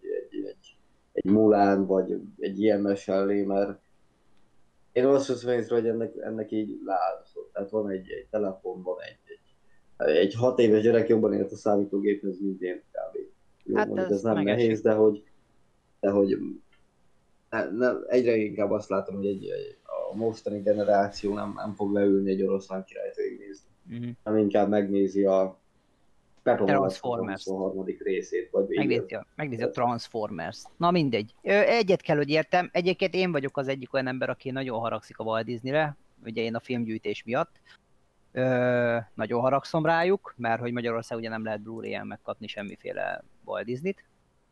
egy Mulán, vagy egy ilyen mese elé, mert én azt hiszem észre, hogy ennek így leáldozott. Tehát van egy telefon, van egy 6 éves gyerek jobban ért a számítógéphez, mint én kb. Jó, hát ez nem nehéz, de hogy egyre inkább azt látom, hogy a mostani generáció nem fog leülni egy Oroszlán királyt végignézni. Nem inkább megnézi a Transformers harmadik részét, vagy megnézi a Transformers. Na mindegy. Egyet kell, hogy értem. Egyébként én vagyok az egyik olyan ember, aki nagyon haragszik a Walt Disneyre, ugye én a filmgyűjtés miatt. Nagyon haragszom rájuk, mert hogy Magyarország ugye nem lehet Blu-ray-en megkapni semmiféle Walt Disneyt.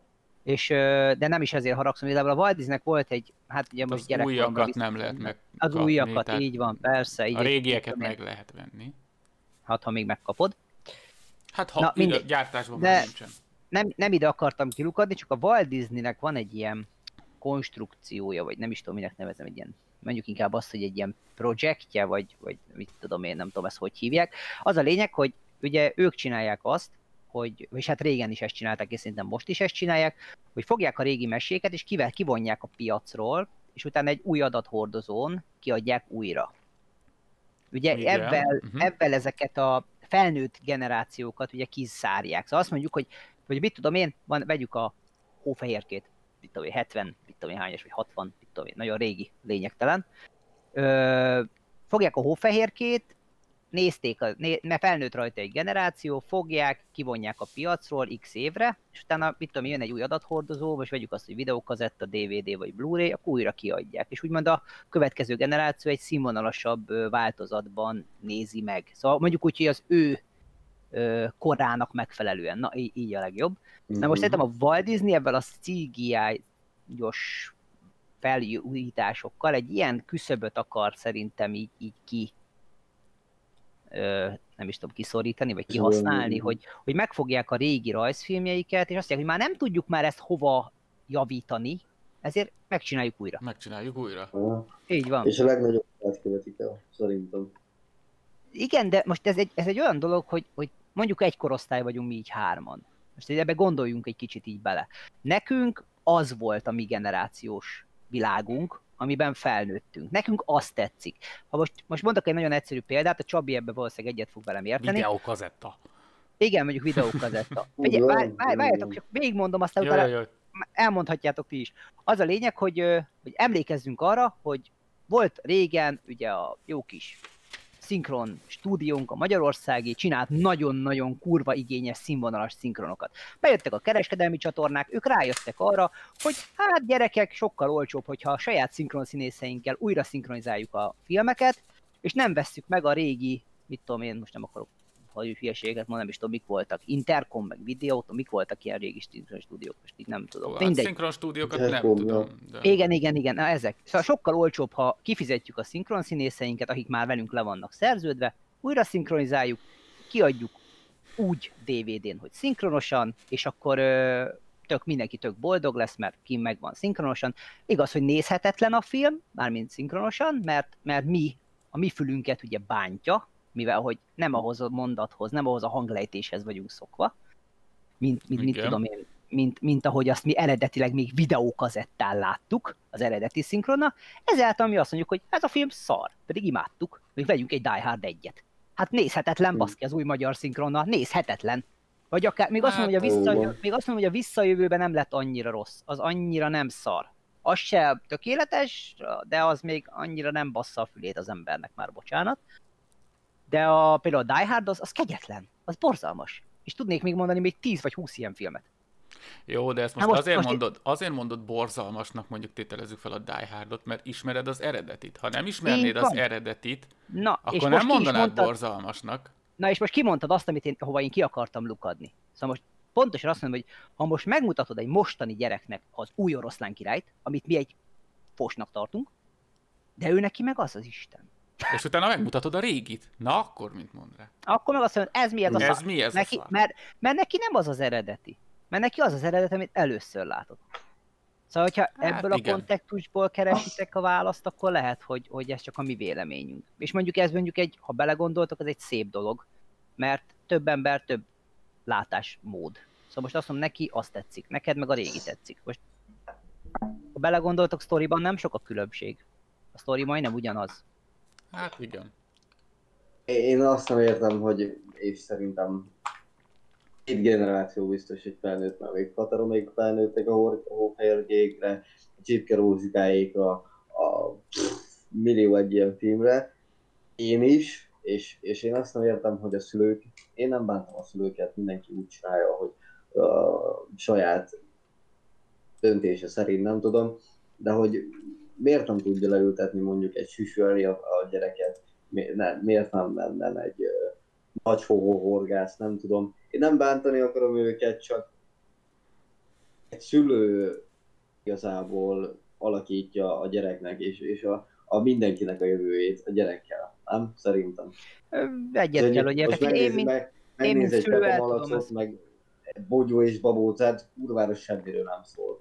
De nem is ezért haragszom, igazából a Walt Disneynek volt egy, hát ugye most gyerekkoromban... Az újakat nem lehet megkapni. Az újakat, így van, persze. A régieket meg lehet venni. Hát, ha még megkapod. Hát ha gyártásban már nincsen. Nem ide akartam kilukadni, csak a Walt Disneynek van egy ilyen konstrukciója, vagy nem is tudom, minek nevezem, egy ilyen, mondjuk inkább azt, hogy egy ilyen projektje, vagy mit tudom én, nem tudom ezt hogy hívják. Az a lényeg, hogy ugye ők csinálják azt, és hát régen is ezt csinálták, és szerintem most is ezt csinálják, hogy fogják a régi meséket, és kivonják a piacról, és utána egy új adathordozón kiadják újra. Ugye ebben ezeket a felnőtt generációkat ugye kiszárják. Szóval azt mondjuk, hogy mit tudom én, vegyük a Hófehérkét, mit tudom én, 70, mit tudom én hányas, vagy 60, mit tudom én, nagyon régi, lényegtelen. Fogják a Hófehérkét, mert felnőtt rajta egy generáció, fogják, kivonják a piacról x évre, és utána, mit tudom, jön egy új adathordozó, most vegyük azt, hogy videókazetta, DVD vagy Blu-ray, akkor újra kiadják. És úgymond a következő generáció egy színvonalasabb változatban nézi meg. Szóval mondjuk úgy, hogy az ő korának megfelelően. Na, így a legjobb. Na most szerintem a Walt Disney ebben a CGI-os felújításokkal egy ilyen küszöböt akar szerintem így ki nem is tudom kiszorítani, vagy kihasználni, hogy megfogják a régi rajzfilmjeiket, és azt mondják, hogy már nem tudjuk már ezt hova javítani, ezért megcsináljuk újra. Így van. És a legnagyobb követik el, szerintem. Igen, de most ez egy olyan dolog, hogy mondjuk egy korosztály vagyunk mi így hárman. Most ebbe gondoljunk egy kicsit így bele. Nekünk az volt a mi generációs világunk, amiben felnőttünk. Nekünk azt tetszik. Ha most mondok egy nagyon egyszerű példát, a Csabi ebbe valószínűleg egyet fog velem érteni. Videókazetta. Igen, mondjuk videókazetta. Várjátok, csak végigmondom, aztán utána elmondhatjátok ti is. Az a lényeg, hogy emlékezzünk arra, hogy volt régen ugye a jó kis szinkron stúdiónk, a magyarországi, csinált nagyon-nagyon kurva igényes színvonalas szinkronokat. Bejöttek a kereskedelmi csatornák, ők rájöttek arra, hogy hát gyerekek, sokkal olcsóbb, hogyha a saját szinkronszínészeinkkel újra szinkronizáljuk a filmeket, és nem vesszük meg a régi, mit tudom én, most nem akarok hülyeséget, ma nem is tudom, mik voltak, Intercom, meg Videóton, mik voltak ilyen régi szinkron stúdiók, most így nem tudom. Hát szinkron stúdiókat nem tudom. De... Igen, na ezek. Szóval sokkal olcsóbb, ha kifizetjük a szinkron színészeinket, akik már velünk le vannak szerződve, újra szinkronizáljuk, kiadjuk úgy DVD-n, hogy szinkronosan, és akkor mindenki tök boldog lesz, mert ki megvan szinkronosan. Igaz, hogy nézhetetlen a film, mármint szinkronosan, mert a mi fülünket ugye bántja, mivel hogy nem ahhoz a mondathoz, nem ahhoz a hanglejtéshez vagyunk szokva, mint tudom én, mint ahogy azt mi eredetileg még videókazettán láttuk, az eredeti szinkronnal, ezáltal mi azt mondjuk, hogy ez a film szar, pedig imádtuk, még vegyünk egy Die Hard 1-et. Hát nézhetetlen, baszki, az új magyar szinkronnal, nézhetetlen. Vagy akár, még azt mondom, hogy a visszajövőben nem lett annyira rossz, az annyira nem szar. Az se tökéletes, de az még annyira nem bassza a fülét az embernek, már bocsánat. De például a Die Hard az kegyetlen, az borzalmas. És tudnék még mondani még 10 vagy 20 ilyen filmet. Jó, de ezt most azért mondod borzalmasnak, mondjuk tételezzük fel a Die Hardot, mert ismered az eredetit. Ha nem ismernéd az eredetit, akkor nem mondanád borzalmasnak. Na és most kimondtad azt, hova én ki akartam lukadni. Szóval most pontosan azt mondom, hogy ha most megmutatod egy mostani gyereknek az új Oroszlán királyt, amit mi egy fosnak tartunk, de ő neki meg az az Isten. És utána megmutatod a régit. Na akkor mit mond rá? Akkor meg azt mondod, ez mi ez a szar? Ez mi ez neki, a szar? Mert neki nem az az eredeti. Mert neki az az eredeti, amit először látott. Szóval, hogyha ebből a kontextusból keresitek a választ, akkor lehet, hogy ez csak a mi véleményünk. És mondjuk ez ha belegondoltok, az egy szép dolog. Mert több ember, több látásmód. Szóval most azt mondom, neki azt tetszik, neked meg a régi tetszik. Most, ha belegondoltok, sztoriban nem sok a különbség. A sztori majdnem ugyanaz. Hát igen. Én azt nem értem, hogy és szerintem 2 generáció biztos, hogy felnőtt, mert még Kataromék felnőttek a Hófehérjékre, a Csipke Rózikáékra, a millió egy ilyen filmre. Én is, és én azt nem értem, hogy a szülők, én nem bántam a szülőket, mindenki úgy csinálja, hogy saját döntése szerint, nem tudom, de hogy miért nem tudja leültetni mondjuk egy süsű elé a gyereket, miért nem menne egy nagy horgász, nem tudom. Én nem bántani akarom őket, csak egy szülő igazából alakítja a gyereknek, és a mindenkinek a jövőjét a gyerekkel, nem? Szerintem. Egyet kell, hogy értek. Megnéz egy Pepa Malacot, meg Bogyó és Babócát, kurvára semmiről nem szól.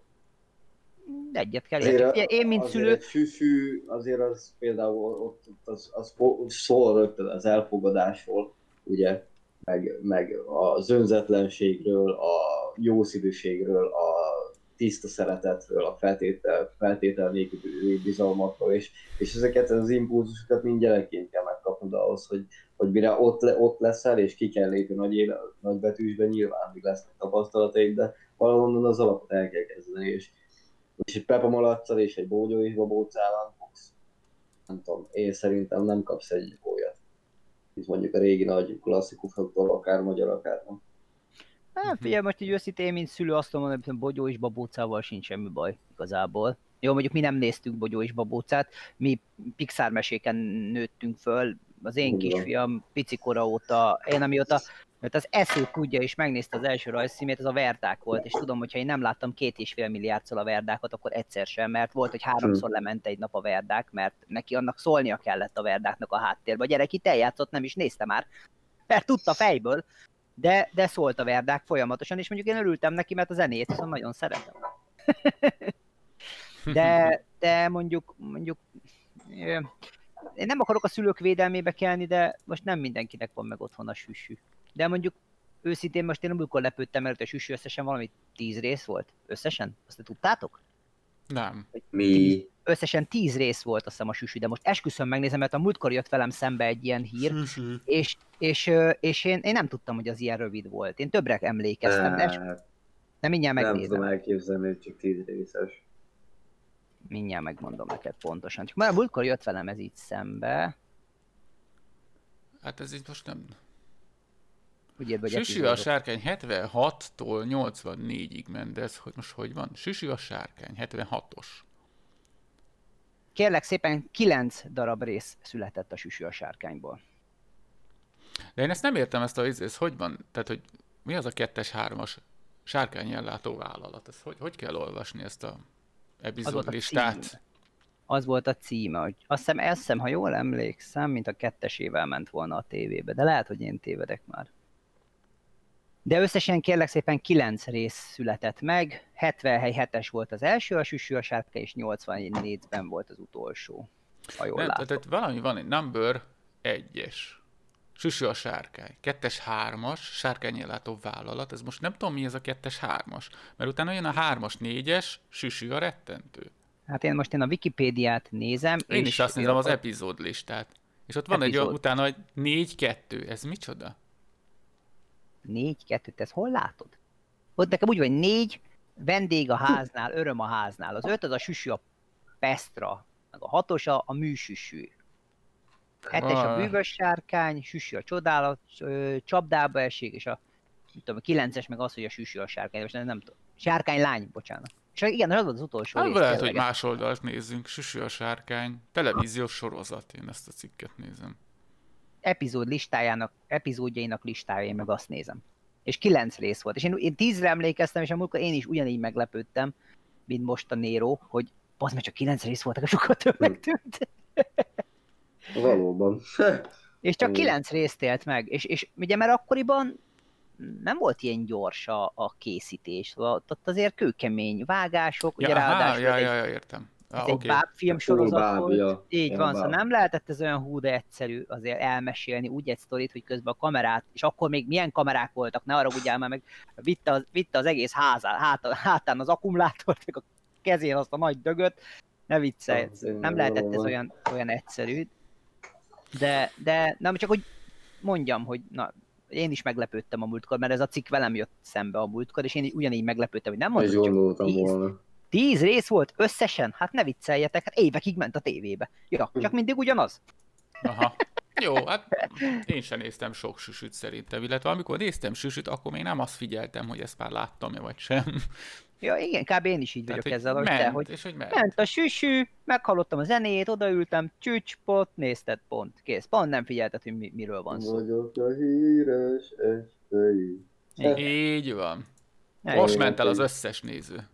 Egyet kell érteni. Én, mint szülő... Egy süsű, azért az például ott az szól rögtön az elfogadásról, ugye, meg az önzetlenségről, a jószívűségről, a tiszta szeretetről, a feltétel nélküli bizalmakról, és ezeket az impulzusokat mind gyerekként kell megkapnod ahhoz, hogy mire ott leszel, és ki kell lépni nagy betűsben, nyilván még lesznek tapasztalataid, de valahonnan az alapot el kell kezdeni, és egy Pepa Malaccal és egy Bógyó és Babócával fogsz. Nem tudom, én szerintem nem kapsz egy olyat. Itt mondjuk a régi nagy klasszikusoktól, akár magyar, akár nem. Hát figyelj, most így őszintén, mint szülő azt mondom, hogy Bogyó és Babócával sincs semmi baj igazából. Jó, mondjuk mi nem néztük Bogyó és Babócát, mi Pixar meséken nőttünk föl, az én kisfiam picikora óta, én amióta, mert az esző tudja és megnézte az első rajzszímét, ez a Verdák volt, és tudom, hogyha én nem láttam 2,5 milliárdszor a Verdákat, akkor egyszer sem, mert volt, hogy 3-szor lement egy nap a Verdák, mert neki annak szólnia kellett a Verdáknak a háttérbe. A gyerek itt eljátszott, nem is nézte már, mert tudta fejből, de szólt a Verdák folyamatosan, és mondjuk én örültem neki, mert a zenét szóval nagyon szeretem. de mondjuk én nem akarok a szülők védelmébe kelni, de most nem mindenkinek van meg otthon a süsű. De mondjuk őszintén most én amikor lepődtem, mert a süsű összesen valami 10 rész volt. Összesen? Azt te tudtátok? Nem. Mi? Összesen 10 rész volt azt hiszem a süsű, de most esküszöm megnézem, mert a múltkor jött velem szembe egy ilyen hír, és én nem tudtam, hogy az ilyen rövid volt. Én többre emlékeztem, de mindjárt megnézem. Nem tudom elképzelni, hogy csak 10 részes. Mindjárt megmondom neked pontosan. Csak már a múltkor jött velem ez így szembe. Hát ez így most nem... Süsű Süsű a sárkány 76-tól 84-ig ment, de ez most hogy van? Süsű a sárkány, 76-os. Kérlek szépen 9 darab rész született a Süsű a sárkányból. De én ezt nem értem, ez hogy van? Tehát, hogy mi az a 2-es, 3-as sárkányellátó vállalat? Ez hogy kell olvasni ezt a epizódlistát? Az volt a címe, hogy azt hiszem, ha jól emlékszem, mint a 2-esével ment volna a tévébe, de lehet, hogy én tévedek már. De összesen kérlek szépen 9 rész született meg, 77-es volt az első, a Süsű a sárkány, és 84-ben volt az utolsó, ha jól látom. Tehát valami van, egy number 1-es. Süsű a sárkány. 2-es, 3-as, sárkányellátó vállalat. Ez most nem tudom, mi ez a 2-es, 3-as. Mert utána jön a 3-as, 4-es, Süsű a rettentő. Hát én a Wikipédiát nézem. Én is azt nézem az epizódlistát. És ott van egy utána, hogy 4-2. Ez micsoda? 4-2, ez hol látod? Ott nekem úgy van, 4, vendég a háznál, öröm a háznál. Az 5 az a Süsű a Pestra, meg a 6-os a műsüsű. 7-es a bűvös sárkány, Süsű a csodálat, csapdába esik, és a 9-es meg az, hogy a Süsű a sárkány, most nem tudom. Sárkány lány, bocsánat. És igen, az volt az utolsó rész. Lehet, hogy más oldalt nézzünk. Süsű a sárkány, televíziós sorozat, én ezt a cikket nézem. Epizódjainak listája, én meg azt nézem. És 9 rész volt. És én 10-re emlékeztem, és amikor én is ugyanígy meglepődtem, mint most a Nero, hogy az meg csak 9 rész voltak, sokkal többnek tűnt. Valóban. És csak 9 részt élt meg. És ugye, mert akkoriban nem volt ilyen gyors a készítés. Ott azért kőkemény vágások, ugye ráadásul értem. Ez egy bábfilm sorozat volt. Így van, báb. szóval nem lehetett ez olyan hú de egyszerű azért elmesélni úgy egy sztorit, hogy közben a kamerát, és akkor még milyen kamerák voltak, ne arra ugyan már meg vitte az egész hátán az akkumulátort, meg a kezén azt a nagy dögöt, ne viccelj, nem lehetett ez olyan egyszerű. De nem csak hogy mondjam, hogy na, én is meglepődtem a múltkor, mert ez a cikk velem jött szembe a múltkor, és én ugyanígy meglepődtem, hogy nem mondom, csak 10 rész volt összesen? Hát ne vicceljetek, hát évekig ment a tévébe. Ja, csak mindig ugyanaz. Aha. Jó, hát én sem néztem sok Süsüt szerintem, illetve amikor néztem Süsüt, akkor még nem azt figyeltem, hogy ezt már láttam-e vagy sem. Ja, igen, kb. Én is így vagyok ezzel, hogy ment, te, hogy ment a Süsű, meghallottam a zenét, odaültem, csücs, pont, nézted, pont, kész. Pont nem figyelted, hogy miről van szó. Vagyok a híres estei. Így van. Most ment el az összes néző.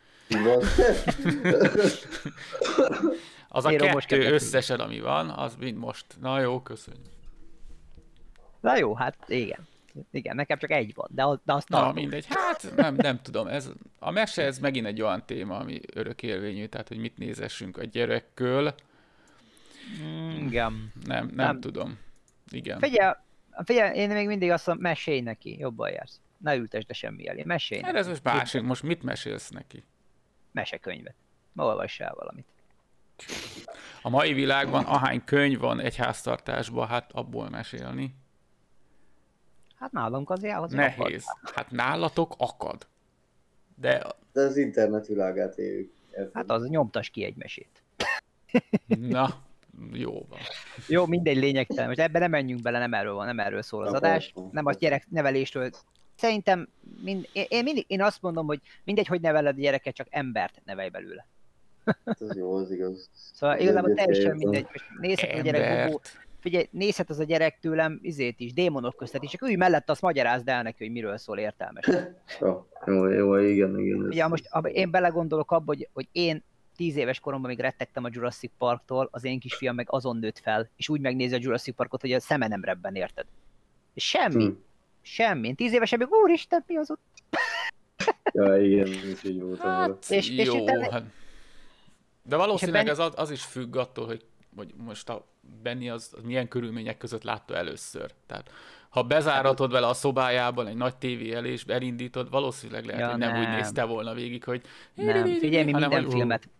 Az a 2 összesen, ami van, az mind most. Na jó, köszönjük. Na jó, hát igen. Igen, nekem csak egy van, de azt na mindegy, hát nem tudom, a mese ez megint egy olyan téma, ami örökérvényű, tehát hogy mit nézessünk a gyerekköl. Igen. Nem tudom. Igen. Figyelj, én még mindig azt mondom, mesélj neki, jobban jársz. Ne ültesd semmi elé, mesélj neki. Ez most másik, most mit mesélsz neki? Mesekönyvet. Olvassál valamit. A mai világban ahány könyv van egy háztartásban, hát abból mesélni. Hát nálunk azért nehéz. Hát nálatok akad. De az internet világát éljük. Hát az nyomtas ki egy mesét. Na, jó van. Jó, mindegy, lényegtelen. Most ebben nem menjünk bele, nem erről szól az adás. Nem a gyereknevelésről. Szerintem, én azt mondom, hogy mindegy, hogy neveled a gyereket, csak embert nevelj belőle. Ez jó, az igaz. Szóval igazából teljesen mindegy. Most nézhet a gyerek, figyelj, nézhet az a gyerek tőlem izét is, démonok köztet is, csak ülj mellett, azt magyarázd el neki, hogy miről szól értelmes. Jó, igen. Ugye most én belegondolok abba, hogy én 10 éves koromban még rettegtem a Jurassic Parktól, az én kisfiam meg azon nőtt fel, és úgy megnézi a Jurassic Parkot, hogy a szeme nem rebben, érted? És semmi. Én 10 évesen még, úristen, mi az ott? Ja, igen, is így voltam. Hát, jó, hát. De valószínűleg ez az is függ attól, hogy most a Benni az milyen körülmények között látta először. Tehát ha bezáratod vele a szobájában egy nagy tévé elé és elindítod, valószínűleg lehet, hogy nem úgy nézte volna végig, hogy... Nem, figyelj, mi minden filmet...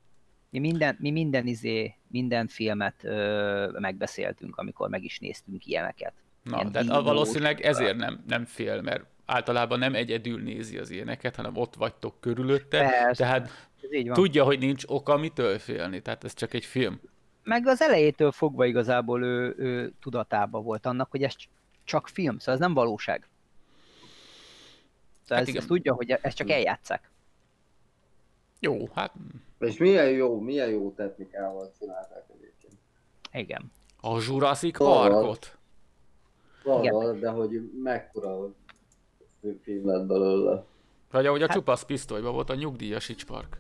minden filmet megbeszéltünk, amikor meg is néztünk ilyeneket. Na, de valószínűleg ezért nem fél, mert általában nem egyedül nézi az ilyeneket, hanem ott vagytok körülötte, persze, tehát tudja, hogy nincs oka mitől félni, tehát ez csak egy film. meg az elejétől fogva igazából ő tudatában volt annak, hogy ez csak film, szóval ez nem valóság. Szóval Hát ezt tudja, hogy ezt csak eljátszák. Jó, hát... És milyen jó technikával csinálták egyébként. Igen. A Jurassic Parkot? Valahol, de hogy mekkora film lett belőle. Vagy ahogy a csupasz pisztolyban volt a nyugdíjas Park.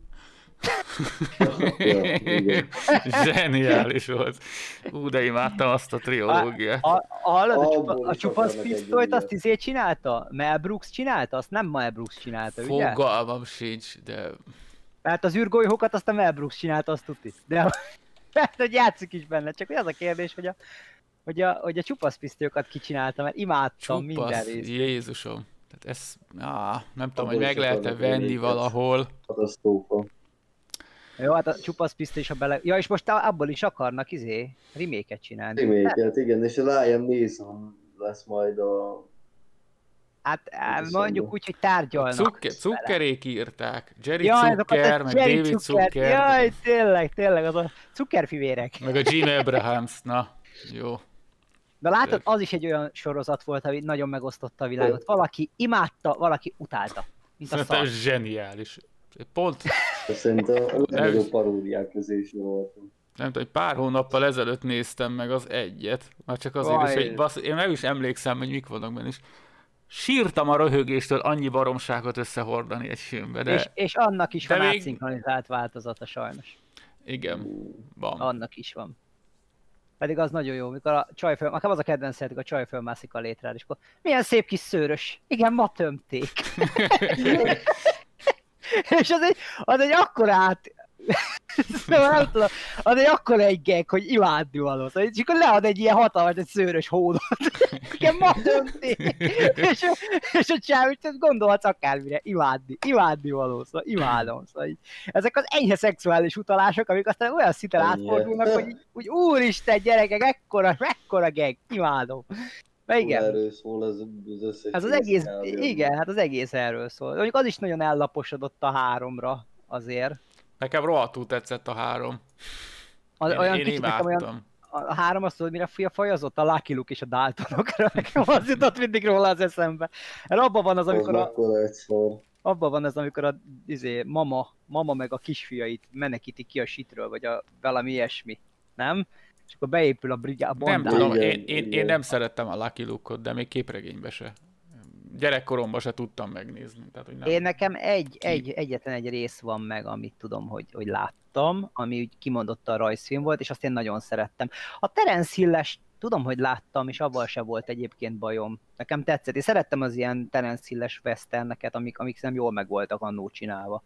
Zseniális volt. De imádtam azt a triológiát. Hallod, a csupasz pisztolyt azt izé csinálta? Mel Brooks csinálta? Azt nem Mel Brooks csinálta, ugye? Fogalmam sincs, de... Mert az űrgolyókat azt a Mel Brooks csinálta, azt tudni. De mert hogy játszik is benne, csak az a kérdés, hogy a csupasz pisztolyokat kicsinálta, mert imádtam minden részt. Jézusom. Tehát ez, nem tudom, hogy meg lehet-e venni valahol. Katasztrófa. Jó, hát a csupasz pisztoly is a bele... Ja, és most abból is akarnak remake-et csinálni. Remake-et, igen, és a Liam Neeson lesz majd a... Hát mondjuk úgy, hogy tárgyalnak. Cukkerék írták. Jerry Zucker, meg David Zucker. Jaj, tényleg, az a cukkerfivérek. Meg a Gene Abrahams, na, jó. De látod, az is egy olyan sorozat volt, ami nagyon megosztotta a világot. Valaki imádta, valaki utálta. Mint a szar. Zseniális. Pont... Szerintem a legnagyobb paródiák közé is voltunk. Nem tudom, egy pár hónappal ezelőtt néztem meg az egyet. Már csak azért is, hogy én nem is emlékszem, hogy mik vannak benne is. Sírtam a röhögéstől annyi baromságot összehordani egy filmbe, de... És annak is van átszinkronizált változata sajnos. Igen, van. Annak is van. Pedig az nagyon jó, mikor a csaj nekem az a kedvenc a csaj fölmászik a létrád, és akkor milyen szép kis szőrös. Igen, ma tömték. És az egy akkora nem tudom, az egy akkora egy gag, hogy imádni való. Szóval, és akkor lead egy ilyen hatalmas, egy szőrös hódot. Igen, ma tömték. És a csáv, hogy gondolhatsz akármire, imádni való, szóval imádom. Szóval így, ezek az enyhe szexuális utalások, amik aztán olyan szinten átfordulnak, hogy úgy úristen gyerekek, mekkora gag, imádom. Igen. Erről szól az összes. Hát az egész, igen, hát az egész erről szól. Mondjuk az is nagyon ellaposodott a 3-ra azért. Nekem rohadtul tetszett a 3. Én imádtam. A 3 azt tudod, mire fajazott? A Lucky Luke és a Daltonokra. Nekem az jutott mindig róla az eszembe. Mert abban van az, amikor a mama meg a kisfiait menekíti ki a sitről, vagy valami ilyesmi. Nem? És akkor beépül a brigád. Nem tudom, én nem szerettem a Lucky Luke-ot, de még képregénybe se. Gyerekkoromban se tudtam megnézni. Tehát, hogy nem. Én nekem egyetlen egy rész van meg, amit tudom, hogy láttam, ami úgy kimondottan a rajzfilm volt, és azt én nagyon szerettem. A Terence Hill-es tudom, hogy láttam, és abban se volt egyébként bajom. Nekem tetszett. Én szerettem az ilyen Terence Hill-es westerneket, amik nem jól meg voltak annó csinálva.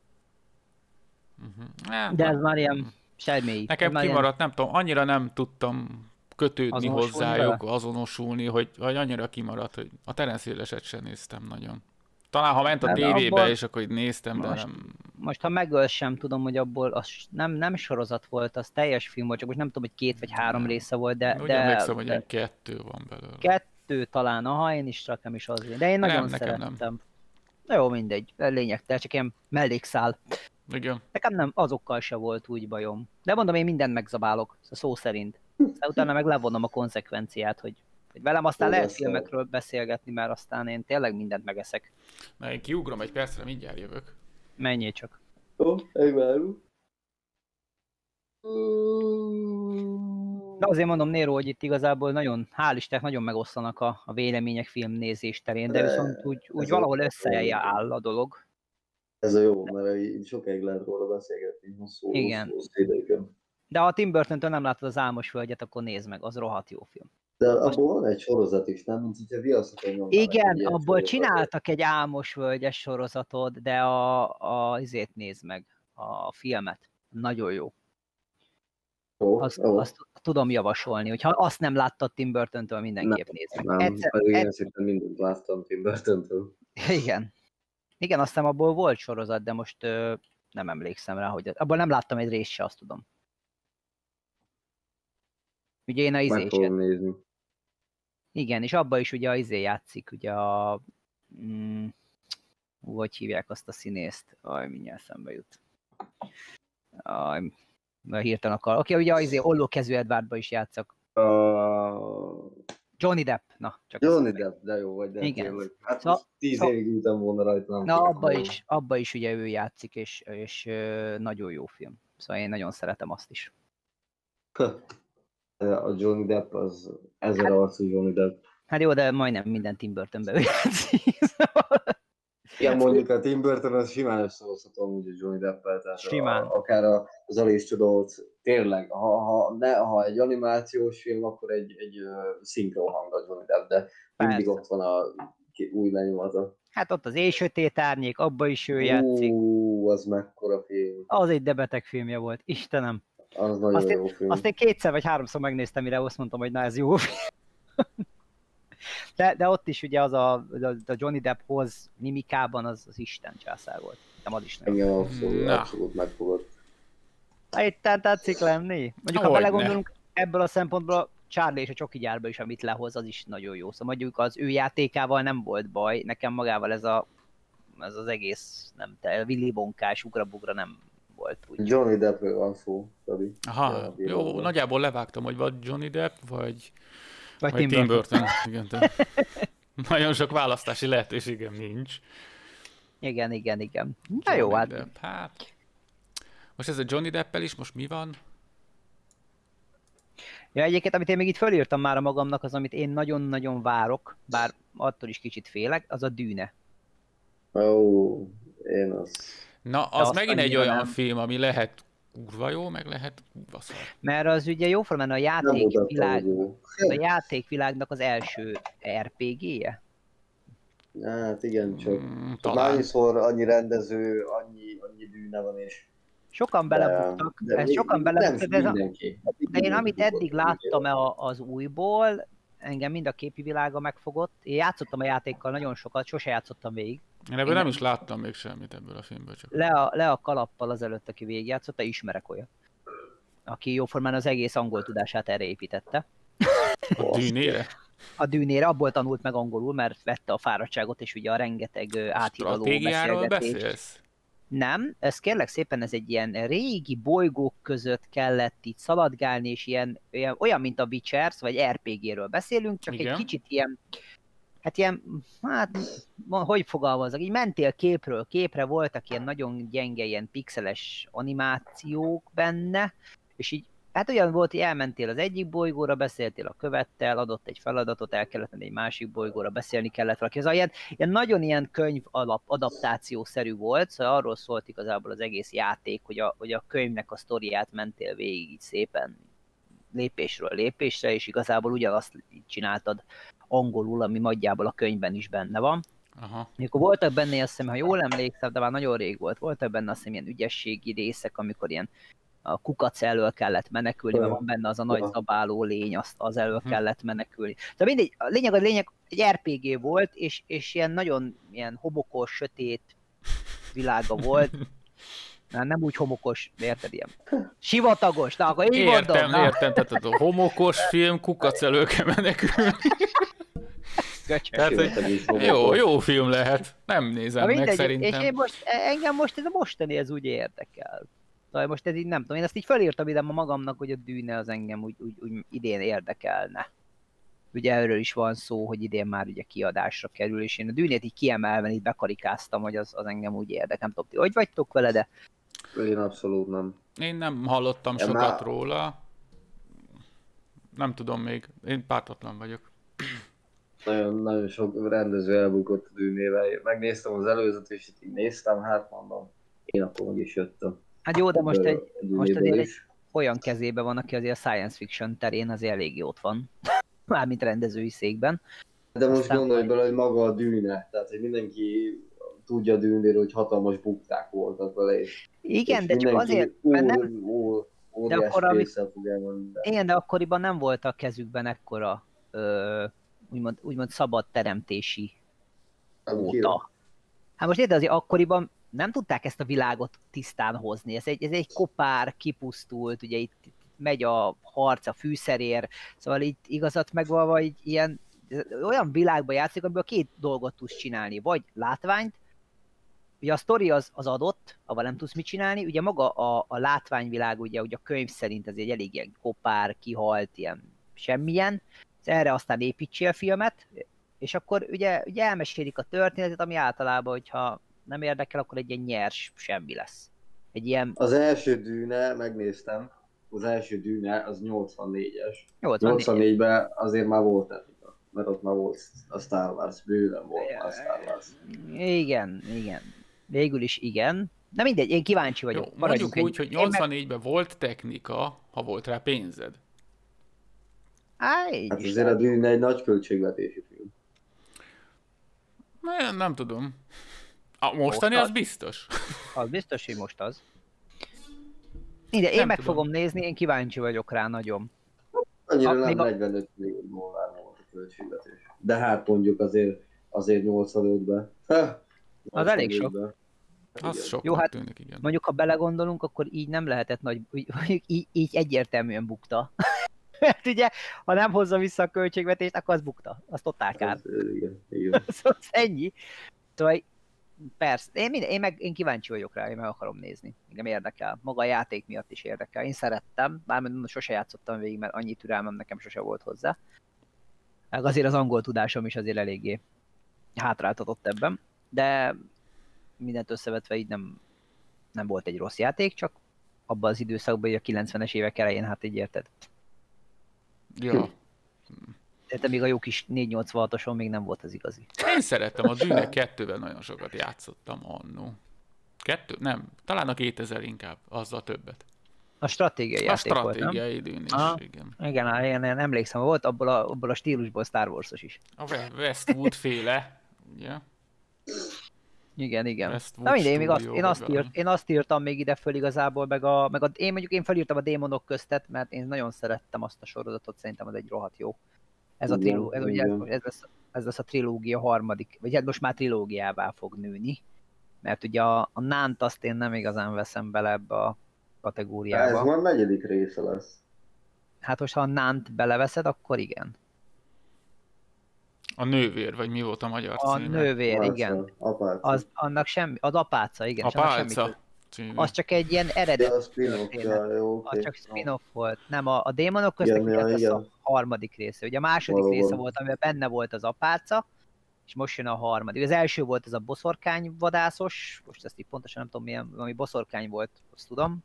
De ez már ilyen semmi. Nekem kimaradt, nem tudom, annyira nem tudtam kötődni hozzájuk, azonosulni, hogy annyira kimaradt, hogy a Terence Hill-eset sem néztem nagyon. Talán ha ment a tévébe, és akkor néztem, de nem... Most ha megöl sem tudom, hogy abból az nem sorozat volt, az teljes film volt, csak most nem tudom, hogy 2 vagy 3 része volt, de... Úgy emlékszem, hogy ilyen 2 van belőle. 2 talán, én is nekem is az. De én nagyon szerettem. Na jó, mindegy, lényegtelen, csak ilyen mellékszál. Igen. Nekem nem, azokkal se volt úgy bajom. De mondom, én mindent megzabálok, szó szerint. Aztán utána meg levonom a konzekvenciát, hogy velem aztán lehet filmekről beszélgetni, mert aztán én tényleg mindent megeszek. Na, én kiugrom egy percre, mindjárt jövök. Menjél csak. Jó, elvárunk. De azért mondom, Nero, hogy itt igazából nagyon, hál' Istennek, nagyon megoszlanak a vélemények filmnézés terén, de viszont úgy valahol összeáll a dolog. Ez a jó, mert így sokáig lehet róla beszélgetni, hosszú időkön. De ha Tim Burtontől nem látod az Álmos Völgyet, akkor nézd meg, az rohadt jó film. De abból van egy sorozat is, nem? Mint hogyha Viaszaton nyomnának. Igen, abból csináltak egy Álmos Völgyes sorozatot, de azért nézd meg, a filmet. Nagyon jó. Azt tudom javasolni, hogyha azt nem láttad Tim Burtontől, mindenképp nézd meg. Én szinte mindent láttam Tim Burtontől. Igen, aztán abból volt sorozat, de most nem emlékszem rá, hogy abból nem láttam egy részt se, azt tudom. Ugye én a izéset. Igen, és abban is ugye a izé játszik, ugye hogy hívják azt a színészt? Mindjárt szembe jut. hirtelen akar. Aki ugye az Ollókezű Edwardban is játszak. Johnny Depp, na. Csak Johnny Depp, de jó vagy, de igen. Tényleg. Hát szóval, 10 évig ültem volna rajta. Na, abba is ugye ő játszik, és nagyon jó film. Szóval én nagyon szeretem azt is. A Johnny Depp az 1000 arcú Johnny Depp. Hát jó, de majdnem minden Tim Burtonben ő játszik. Igen, mondjuk a Tim Burton az simán összehozható úgy a Johnny Deppel, tehát simán. Akár az Alice Csoda, tényleg, ha egy animációs film, akkor egy szinkron hang a Johnny Depp, de mindig ott van a új lenyomata. Hát ott az Éj sötét árnyék, abba is ő játszik. Az mekkora film. Az egy debeteg filmje volt, Istenem. Az nagyon jó film. Azt én 2-szer vagy 3-szor megnéztem, mire azt mondtam, hogy na ez jó film. De ott is ugye az a Johnny Depp hoz mimikában az Isten császár volt. Nem az is nem. Engem abszolút megfogott. Itt tetszik lenni. Mondjuk ha belegondolunk ebből a szempontból, Charlie és a Csoki gyárba is, amit lehoz, az is nagyon jó. Szóval mondjuk az ő játékával nem volt baj, nekem magával ez az egész, nem te, Willy Wonkás ugrabugra nem volt úgy. Johnny Deppről van szó, Tabi. Aha, jó, nagyjából levágtam, hogy vagy Johnny Depp, vagy Tim Burton. Igen, nagyon sok választási lehetőségem nincs. Igen. Na jó, hát. Most ez a Johnny Deppel is, most mi van? Ja, egyébként, amit én még itt fölírtam már magamnak, az, amit én nagyon-nagyon várok, bár attól is kicsit félek, az a Dűne. Én az... Na, az megint egy olyan film, ami lehet kurva jó, meg lehet kurva szar. Mert az ugye jóformán a játékvilágnak az első RPG-je. Hát igen, csak már annyiszor annyi rendező, annyi Dűne van, és sokan belebuktak, de én amit eddig láttam az újból, engem mind a képi világa megfogott. Én játszottam a játékkal nagyon sokat, sose játszottam végig. Én ebből nem is láttam még semmit ebből a filmből. Csak. Le a kalappal azelőtt, aki végigjátszotta, ismerek olyat. Aki jóformán az egész angol tudását erre építette. A Dűnére? A Dűnére, abból tanult meg angolul, mert vette a fáradtságot, és ugye a rengeteg áthidaló beszélgetést. Beszélsz? Nem, ez kérlek szépen, ez egy ilyen régi bolygók között kellett így szaladgálni, és ilyen olyan, mint a Witcher, vagy RPG-ről beszélünk, csak igen. Egy kicsit hogy fogalmazok, így mentél képről képre, voltak ilyen nagyon gyenge, ilyen pixeles animációk benne, és így, hát olyan volt, hogy elmentél az egyik bolygóra, beszéltél a követtel, adott egy feladatot, el kellett menni egy másik bolygóra, beszélni kellett valaki. Ez ilyen nagyon ilyen könyv alap adaptációszerű volt, szóval arról szólt igazából az egész játék, hogy a könyvnek a sztoriát mentél végig így szépen lépésről lépésre, és igazából ugyanazt csináltad angolul, ami nagyjából a könyvben is benne van. Aha. Amikor voltak benne, azt hiszem, ha jól emlékszem, de már nagyon rég voltak benne azt hiszem ilyen ügyességi részek, amikor ilyen a kukac elől kellett menekülni, mert van benne az a nagy zabáló lény, az elől kellett menekülni. Tehát mindegy, a lényeg egy RPG volt, és ilyen nagyon ilyen homokos, sötét világa volt. Nem úgy homokos, érted, ilyen sivatagos, na akkor így mondom. Értem, tehát a homokos film, kukac elől kell menekülni. Tehát, jó film lehet. Nem nézem meg szerintem. És engem most ez a mostani ez úgy érdekel. Szóval most ez így nem tudom, én ezt így felírtam ide magamnak, hogy a Dűne az engem úgy idén érdekelne. Ugye erről is van szó, hogy idén már ugye kiadásra kerül, és én a Dűnét így kiemelve így bekarikáztam, hogy az engem úgy érdekel. Nem tudom, ti hogy vagytok vele, de... Én abszolút nem. Én nem hallottam sokat róla. Nem tudom még, én pártatlan vagyok. Nagyon sok rendező elbukott a Dűnével. Megnéztem az előzőt, és így néztem, hát mondom, én akkor meg is jöttem. Hát jó, de most azért egy olyan kezében van, aki azért a science fiction terén azért elég jót van. Mármint rendezői székben. De most gondolj bele, hogy maga a Dűne, tehát hogy mindenki tudja a Dűnéről, hogy hatalmas bukták voltak vele, és igen, és de csak azért, mert nem... Igen, de akkoriban nem volt a kezükben ekkora úgymond szabad teremtési óta. Hát most érted, azért akkoriban nem tudták ezt a világot tisztán hozni. Ez egy kopár, kipusztult, ugye itt megy a harc a fűszerér, szóval itt igazat megvalva így ilyen, olyan világban játszik, amiből két dolgot tudsz csinálni. Vagy látványt, ugye a sztori az adott, avval nem tudsz mit csinálni, ugye maga a látványvilág, ugye a könyv szerint ez egy elég ilyen kopár, kihalt, ilyen semmilyen, erre aztán építsél filmet, és akkor ugye elmesélik a történetet, ami általában, hogyha nem érdekel, akkor egy ilyen nyers semmi lesz. Egy ilyen... Az első Dűne, megnéztem, az első Dűne az 84-es. 84-ben azért már volt technika, mert ott már volt a Star Wars, bőven volt már Star Wars. Igen. Végül is igen. Na mindegy, én kíváncsi vagyok. Jó, mondjuk úgy, hogy 84-ben volt technika, ha volt rá pénzed. Hát azért a Dűne egy nagy költségvetési film. Nem tudom. A mostani az biztos. Az biztos, hogy most az. Ide, én meg fogom nézni, én kíváncsi vagyok rá nagyon. Annyira nem 45 millió dollár volt a költségvetés. De hát mondjuk azért 85-ben. Az elég sok. Az sok. Jó, hát tűnik, igen. mondjuk ha belegondolunk, akkor így nem lehetett nagy, így egyértelműen bukta. Mert ugye, ha nem hozza vissza a költségvetést, akkor az bukta. Az totál kár. Igen. Szóval ennyi. Szóval persze, én kíváncsi vagyok rá, én meg akarom nézni. Engem érdekel. Maga a játék miatt is érdekel. Én szerettem, bármilyen sose játszottam végig, mert annyi türelmem nekem sose volt hozzá. Azért az angol tudásom is azért eléggé hátráltatott ebben, de mindent összevetve így nem volt egy rossz játék, csak abban az időszakban, hogy a 90-es évek elején, hát így érted. Ja. Tehát még a jó kis 486-oson még nem volt az igazi. Én szerettem, a Dűne 2-vel nagyon sokat játszottam annó. 2? Nem, talán a 2000 inkább, azzal többet. A stratégiai játék volt, nem? A stratégiai Dűne is, igen. Igen, én emlékszem, volt abból a stílusból Star Wars-os is. A Westwood féle, ugye? Igen. Na mindegy, én azt írtam még ide föl igazából, én felírtam a Démonok köztet, mert én nagyon szerettem azt a sorozatot, szerintem az egy rohadt jó. Ez lesz a trilógia harmadik, vagy hát most már trilógiává fog nőni, mert ugye a Nánt azt én nem igazán veszem bele ebbe a kategóriába. Ez már negyedik része lesz. Hát most ha a Nánt beleveszed, akkor igen. A nővér, vagy mi volt a magyar címe? A nővér, apáca, igen. Apáca. Az apáca, igen. Apáca. Az csak egy ilyen eredet. Az csak spin-off volt. Nem, a Démonok köztek ez a harmadik része. Ugye a második része volt, amiben benne volt az apáca, és most jön a harmadik. Az első volt ez a boszorkányvadászos, most ezt így pontosan nem tudom milyen, ami boszorkány volt, azt tudom.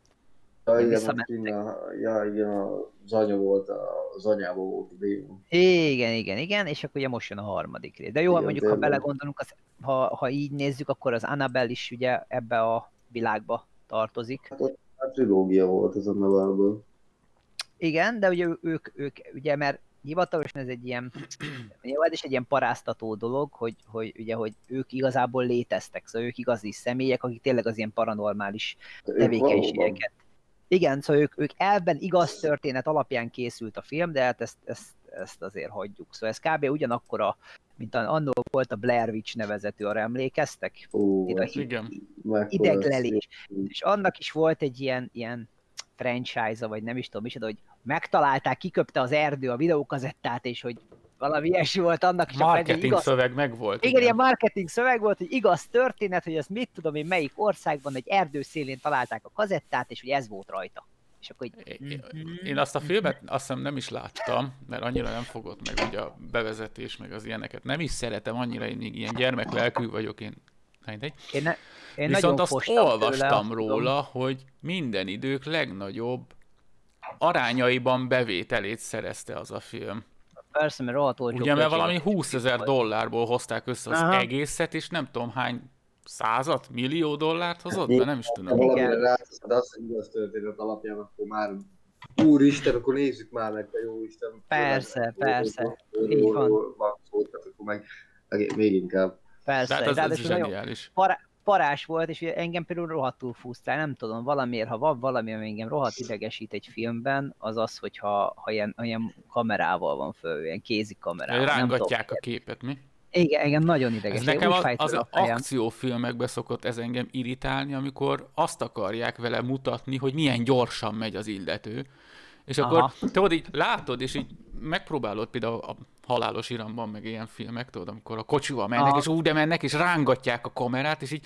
Igen, az anya volt, az anyában volt a démon. Igen, és akkor ugye most jön a harmadik rész. De jó, igen, mondjuk, ha belegondolunk, ha így nézzük, akkor az Annabelle is ugye ebbe a világba tartozik. Hát ott a trilógia volt az Annabelle-ből. Igen, de ugye ők ugye, mert hivatalosan ez egy ilyen, ez is egy ilyen paráztató dolog, hogy ők igazából léteztek, szóval ők igazi személyek, akik tényleg az ilyen paranormális tevékenységeket. Igen, szóval ők elben igaz történet alapján készült a film, de hát ezt azért hagyjuk. Szóval ez kb. Ugyanakkora, mint annól volt a Blair Witch nevezetű, arra emlékeztek? Igen. Ideglelés. És annak is volt egy ilyen franchise-a, vagy nem is tudom micsoda, hogy megtalálták, kiköpte az erdő a videókazettát, és hogy valami ilyesmi volt annak is. Marketing szöveg meg volt. Igen, ilyen marketing szöveg volt, hogy igaz történet, hogy ez mit tudom én melyik országban egy erdő szélén találták a kazettát, és hogy ez volt rajta. És akkor Én azt a filmet azt hiszem nem is láttam, mert annyira nem fogott meg ugye a bevezetés, meg az ilyeneket. Nem is szeretem annyira, én még ilyen gyermeklelkű vagyok, én viszont azt olvastam róla, hogy minden idők legnagyobb arányaiban bevételét szerezte az a film. Persze, mert rohadt olcsó. Ugye, mert valami $20,000 hozták össze az egészet, és nem tudom hány $100 millió hozott, de nem is tudom. De az igaz történet alapján, akkor már úristen, akkor nézzük már meg, te jó Isten. Persze. Így van. Akkor meg még inkább. Persze. Tehát ez is zseniális. Parás volt, és engem például rohadtul fúsztál, nem tudom, valamiért, ha van valami, ami engem rohadt idegesít egy filmben, az, hogyha ilyen kamerával van föl, ilyen kézi kamerával. Rángatják a képet, mi? Igen, engem nagyon idegesít. Nekem az akciófilmekbe szokott ez engem irritálni, amikor azt akarják vele mutatni, hogy milyen gyorsan megy az illető. És akkor tudod, így látod, és így megpróbálod például a Halálos Iramban, meg ilyen filmek, tudod, amikor a kocsival mennek, és úgy mennek, és rángatják a kamerát, és így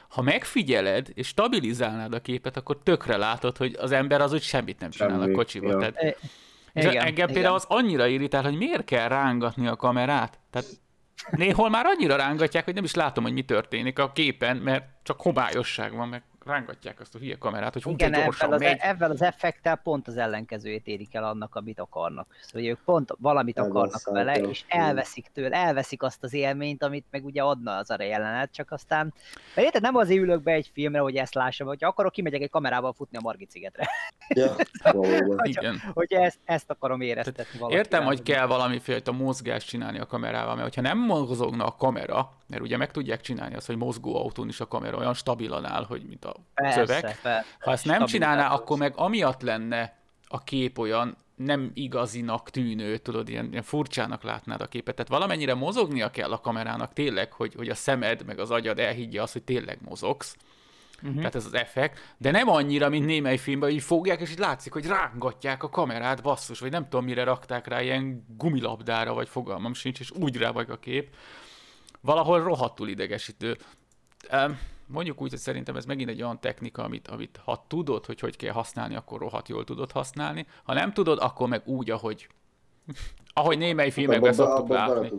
Ha megfigyeled, és stabilizálnád a képet, akkor tökre látod, hogy az ember az úgy semmit nem csinál a kocsiba. Ja. Tehát, és engem például az annyira irritál, hogy miért kell rángatni a kamerát. Tehát néhol már annyira rángatják, hogy nem is látom, hogy mi történik a képen, mert csak homályosság van, meg rángatják azt a hülye kamerát, hogy igen, ebben az effektel pont az ellenkezőjét érik el annak, amit akarnak. Szóval ők pont valamit akarnak vele, és elveszik azt az élményt, amit meg ugye adna az a jelenet, csak aztán... Mert érted, nem azért ülök be egy filmre, hogy ezt lássam, hogyha akarok, kimegyek egy kamerával futni a Margit szigetre. Ja, hogy ezt akarom éreztetni valakivel. Értem, hogy kell valamiféle mozgást csinálni a kamerával, mert hogyha nem mozogna a kamera, mert ugye meg tudják csinálni azt, hogy mozgó autón is a kamera olyan stabilan áll, hogy mint a szöveg. Ha ezt nem csinálná, akkor meg amiatt lenne a kép olyan nem igazinak tűnő, tudod, ilyen furcsának látnád a képet. Tehát valamennyire mozognia kell a kamerának tényleg, hogy a szemed meg az agyad elhiggye azt, hogy tényleg mozogsz. Tehát ez az effekt, de nem annyira, mint némely filmben, hogy így fogják, és így látszik, hogy rángatják a kamerát, basszus, vagy nem tudom, mire rakták rá, ilyen gumilabdára, vagy fogalmam sincs, és úgy rá vagy a kép. Valahol rohadtul idegesítő. Mondjuk úgy, hogy szerintem ez megint egy olyan technika, amit ha tudod, hogy kell használni, akkor rohadt jól tudod használni. Ha nem tudod, akkor meg úgy, ahogy némely filmekben szoktuk látni.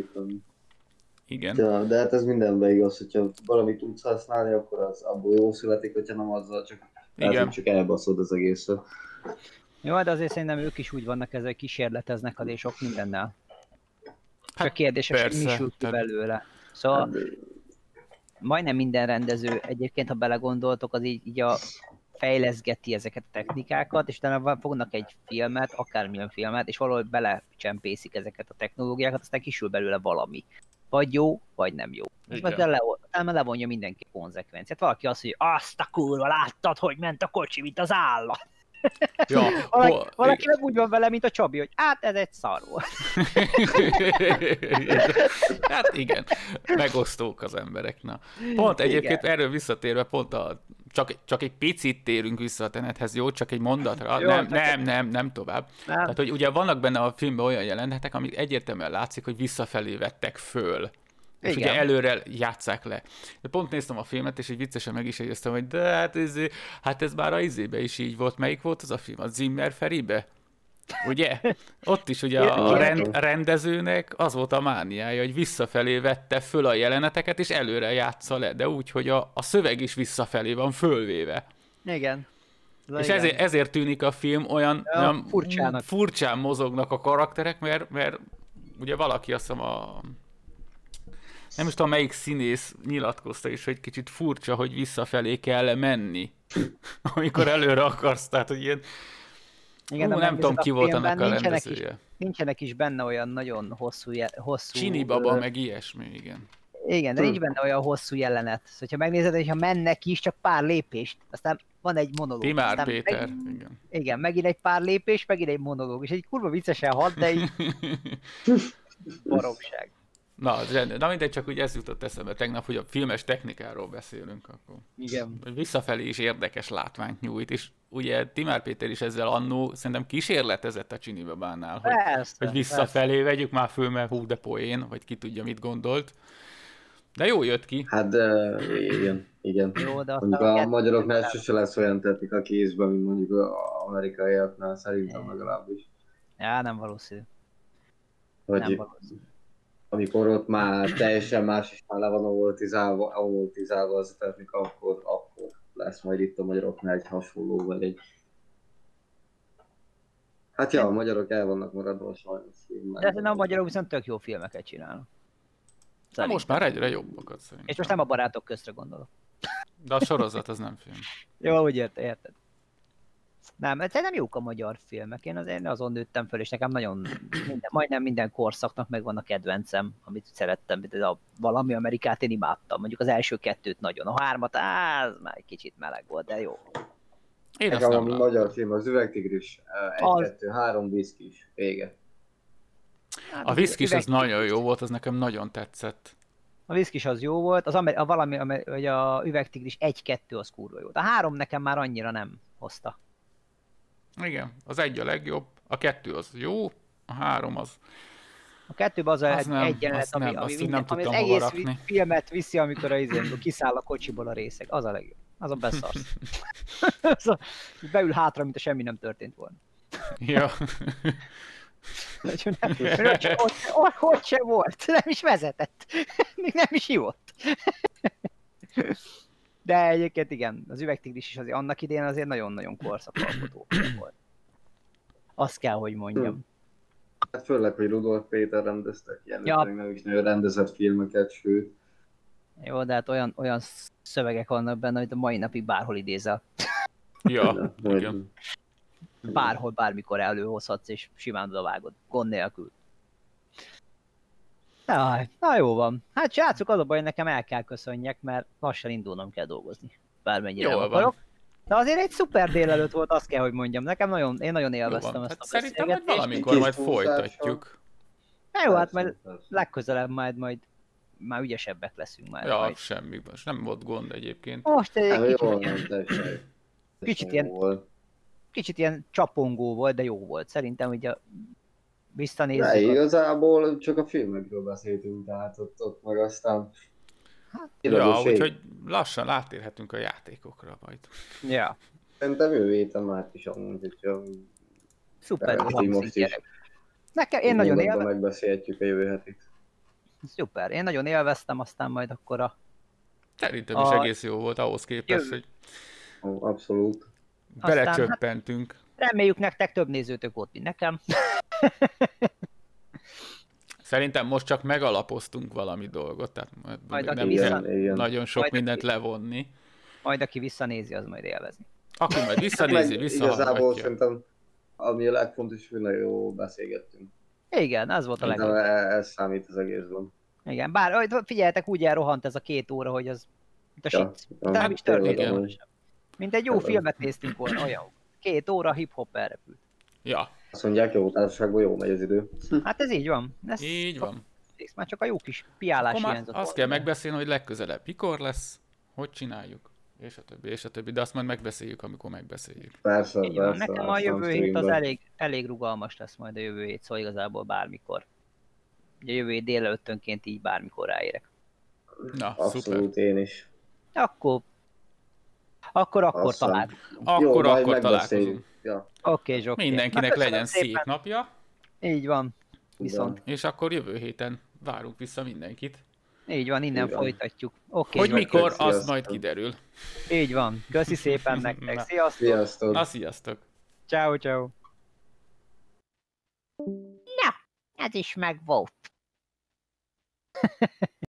Igen. Ja, de hát ez mindenben igaz, hogyha valamit tudsz használni, akkor az abból jó születik, hogyha nem azzal csak elbaszod az egészet. Jó, de azért szerintem ők is úgy vannak ezzel, hogy kísérleteznek addig sok mindennel. Csak kérdéses, hogy mi sül ki belőle. Szóval majdnem minden rendező egyébként, ha belegondoltok, az így fejleszgeti ezeket a technikákat, és utána fognak egy filmet, akármilyen filmet, és valahogy belecsempészik ezeket a technológiákat, aztán kisül belőle valami. Vagy jó, vagy nem jó. És utána levonja mindenki a konzekvenciát. Valaki azt mondja, azt a kurva, láttad, hogy ment a kocsi, mint az állat. Ja, valaki meg úgy van vele, mint a Csabi, hogy hát ez egy szar volt. Hát igen, megosztók az emberek. Na. Pont egyébként erről visszatérve, csak egy picit térünk vissza a Tenethez, jó? Csak egy mondatra. Jó, nem tovább. Nem. Tehát, hogy ugye vannak benne a filmben olyan jelenetek, amik egyértelműen látszik, hogy visszafelé vettek föl. És igen. Ugye előre játsszák le. De pont néztem a filmet, és így viccesen meg is jegyeztem, hogy de hát ez már a izébe is így volt. Melyik volt az a film? A Zimmer Feribe? Ugye? Ott is ugye a rendezőnek az volt a mániája, hogy visszafelé vette föl a jeleneteket, és előre játsza le, de úgy, hogy a szöveg is visszafelé van fölvéve. Igen. És ezért tűnik a film olyan furcsán mozognak a karakterek, mert ugye valaki azt hiszem nem is tudom, melyik színész nyilatkozta is, hogy kicsit furcsa, hogy visszafelé kell menni, amikor előre akarsz, tehát, hogy ilyen... Igen, nem tudom, ki volt annak a rendezője. Nincsenek is benne olyan nagyon hosszú... Csini baba, meg ilyesmi, igen. Igen, de nincs benne olyan hosszú jelenet. Szóval, ha megnézed, hogyha mennek is, csak pár lépést, aztán van egy monológ. Timár Péter, igen. Igen, megint egy pár lépés, megint egy monológ, és egy kurva viccesen hat, de így... baromság. Na mindegy, csak úgy ez jutott eszembe tegnap, hogy a filmes technikáról beszélünk, akkor igen. Visszafelé is érdekes látványt nyújt, és ugye Timár Péter is ezzel annó szerintem kísérletezett a Csini babánál, hogy visszafelé vegyük már föl, mert hú de poén, vagy ki tudja mit gondolt. De jó jött ki. Hát igen. Jó, de mondjuk a magyaroknál sose lesz olyan technika kézben, mint mondjuk az amerikaiaknál, szerintem legalábbis. Ja, nem valószínű. Nem valószínű. Amikor ott már teljesen más is már le van amortizálva az a technika, akkor lesz majd itt a magyaroknál egy hasonló, vagy egy... Hát ja, a magyarok el vannak maradva sajnos filmben. De a magyarok viszont tök jó filmeket csinálnak. Na most már egyre jobbakat szerintem. És most nem a Barátok köztre gondolok. De a sorozat az nem film. Jó, úgy érted. Nem, szerintem jók a magyar filmek. Én azon nőttem föl, és nekem majdnem minden korszaknak megvan a kedvencem, amit szerettem. Valami Amerikát én imádtam. Mondjuk az első kettőt nagyon. A hármat, az már egy kicsit meleg volt, de jó. Én azt nem magyar film, az Üvegtigris, 1, 2, 3 viszkis, vége. A viszkis az nagyon jó volt, az nekem nagyon tetszett. A viszkis az jó volt, vagy a Üvegtigris 1-2 az kurva jó. A 3 nekem már annyira nem hozta. Igen, az 1 a legjobb, a 2 az jó, a 3 az A kettőben az egy jelenet, ami az egész filmet viszi, amikor kiszáll a kocsiból a részeg. Az a legjobb. Azon beszarsz. Beül hátra, mint a semmi nem történt volna. Ja. Hogy sem volt, nem is vezetett. Még nem is hívott. De egyébként igen, az Üvegtigris is azért annak idén azért nagyon-nagyon korszakalkotó volt. Azt kell, hogy mondjam. Hát főleg, hogy Rudolf Péter rendeztek ilyen, nem is nagyon rendezett filmeket, sőt. Jó, de hát olyan szövegek vannak benne, hogy a mai napig bárhol idézel. Ja, igen. Bárhol, bármikor előhozhatsz, és simán odavágod, gond nélkül. Na jó van. Hát srácok, az a baj, nekem el kell köszönjek, mert lassan indulnom kell dolgozni. Bármennyire nem akarok. De azért egy szuper délelőtt volt, azt kell, hogy mondjam. Én nagyon élveztem ezt a beszélgetést. Szerintem majd valamikor majd folytatjuk. Jó, hát majd legközelebb majd már ügyesebbek leszünk már. Ja, semmi, most nem volt gond egyébként. Most egy kicsit ilyen csapongó volt, de jó volt. Szerintem ugye visszanézzük. De igazából csak a filmekről beszéltünk, tehát ott meg aztán... Ja, úgyhogy lassan átérhetünk a játékokra majd. Ja. Szerintem jövő héten már is amúgy, hogyha... Szuper, most is. Én nagyon élveztem. Megbeszélhetjük a jövő hetit. Szuper, én nagyon élveztem, aztán majd akkor a... Szerintem is egész jó volt ahhoz képest, hogy... Abszolút. Belecsöppentünk. Hát, reméljük nektek több nézőtök volt, mint nekem. Szerintem most csak megalapoztunk valami dolgot, tehát majd nem kell nagyon sok majd mindent levonni. Majd aki visszanézi, az majd élvezni. Akkor majd visszanézi, visszahallgatja. Igazából szerintem, ami a legfontosabb, hogy nagyon jól beszélgettünk. Igen, ez volt a legjobb. Ez számít az egészben. Igen, bár figyeljetek, úgy elrohant ez a 2 óra, hogy az... De nem is történt. Mint egy jó filmet néztünk volna, olyan. 2 óra hip-hop elrepült. Ja. Azt mondják, jó társaságban jó megy az idő. Hát ez így van. Így van. Már csak a jó kis piálás hiányzott. Azt kell megbeszélni, hogy legközelebb mikor lesz, hogy csináljuk, és a többi. De azt majd megbeszéljük, amikor megbeszéljük. Persze. Nekem a jövő hét az elég rugalmas lesz majd a jövő hét, szóval igazából bármikor. Ugye jövő hét délelőttönként így bármikor ráérek. Na, abszolút szuper. Én is. Akkor találkozunk. Akkor találkozunk. Ja. Oké. Mindenkinek legyen szép napja. Így van. Viszont. És akkor jövő héten várunk vissza mindenkit. Így van, innen folytatjuk. Hogy mikor, az majd kiderül. Így van. Köszi szépen nektek. Sziasztok. Na, sziasztok. Ciao. Na, ez is meg volt.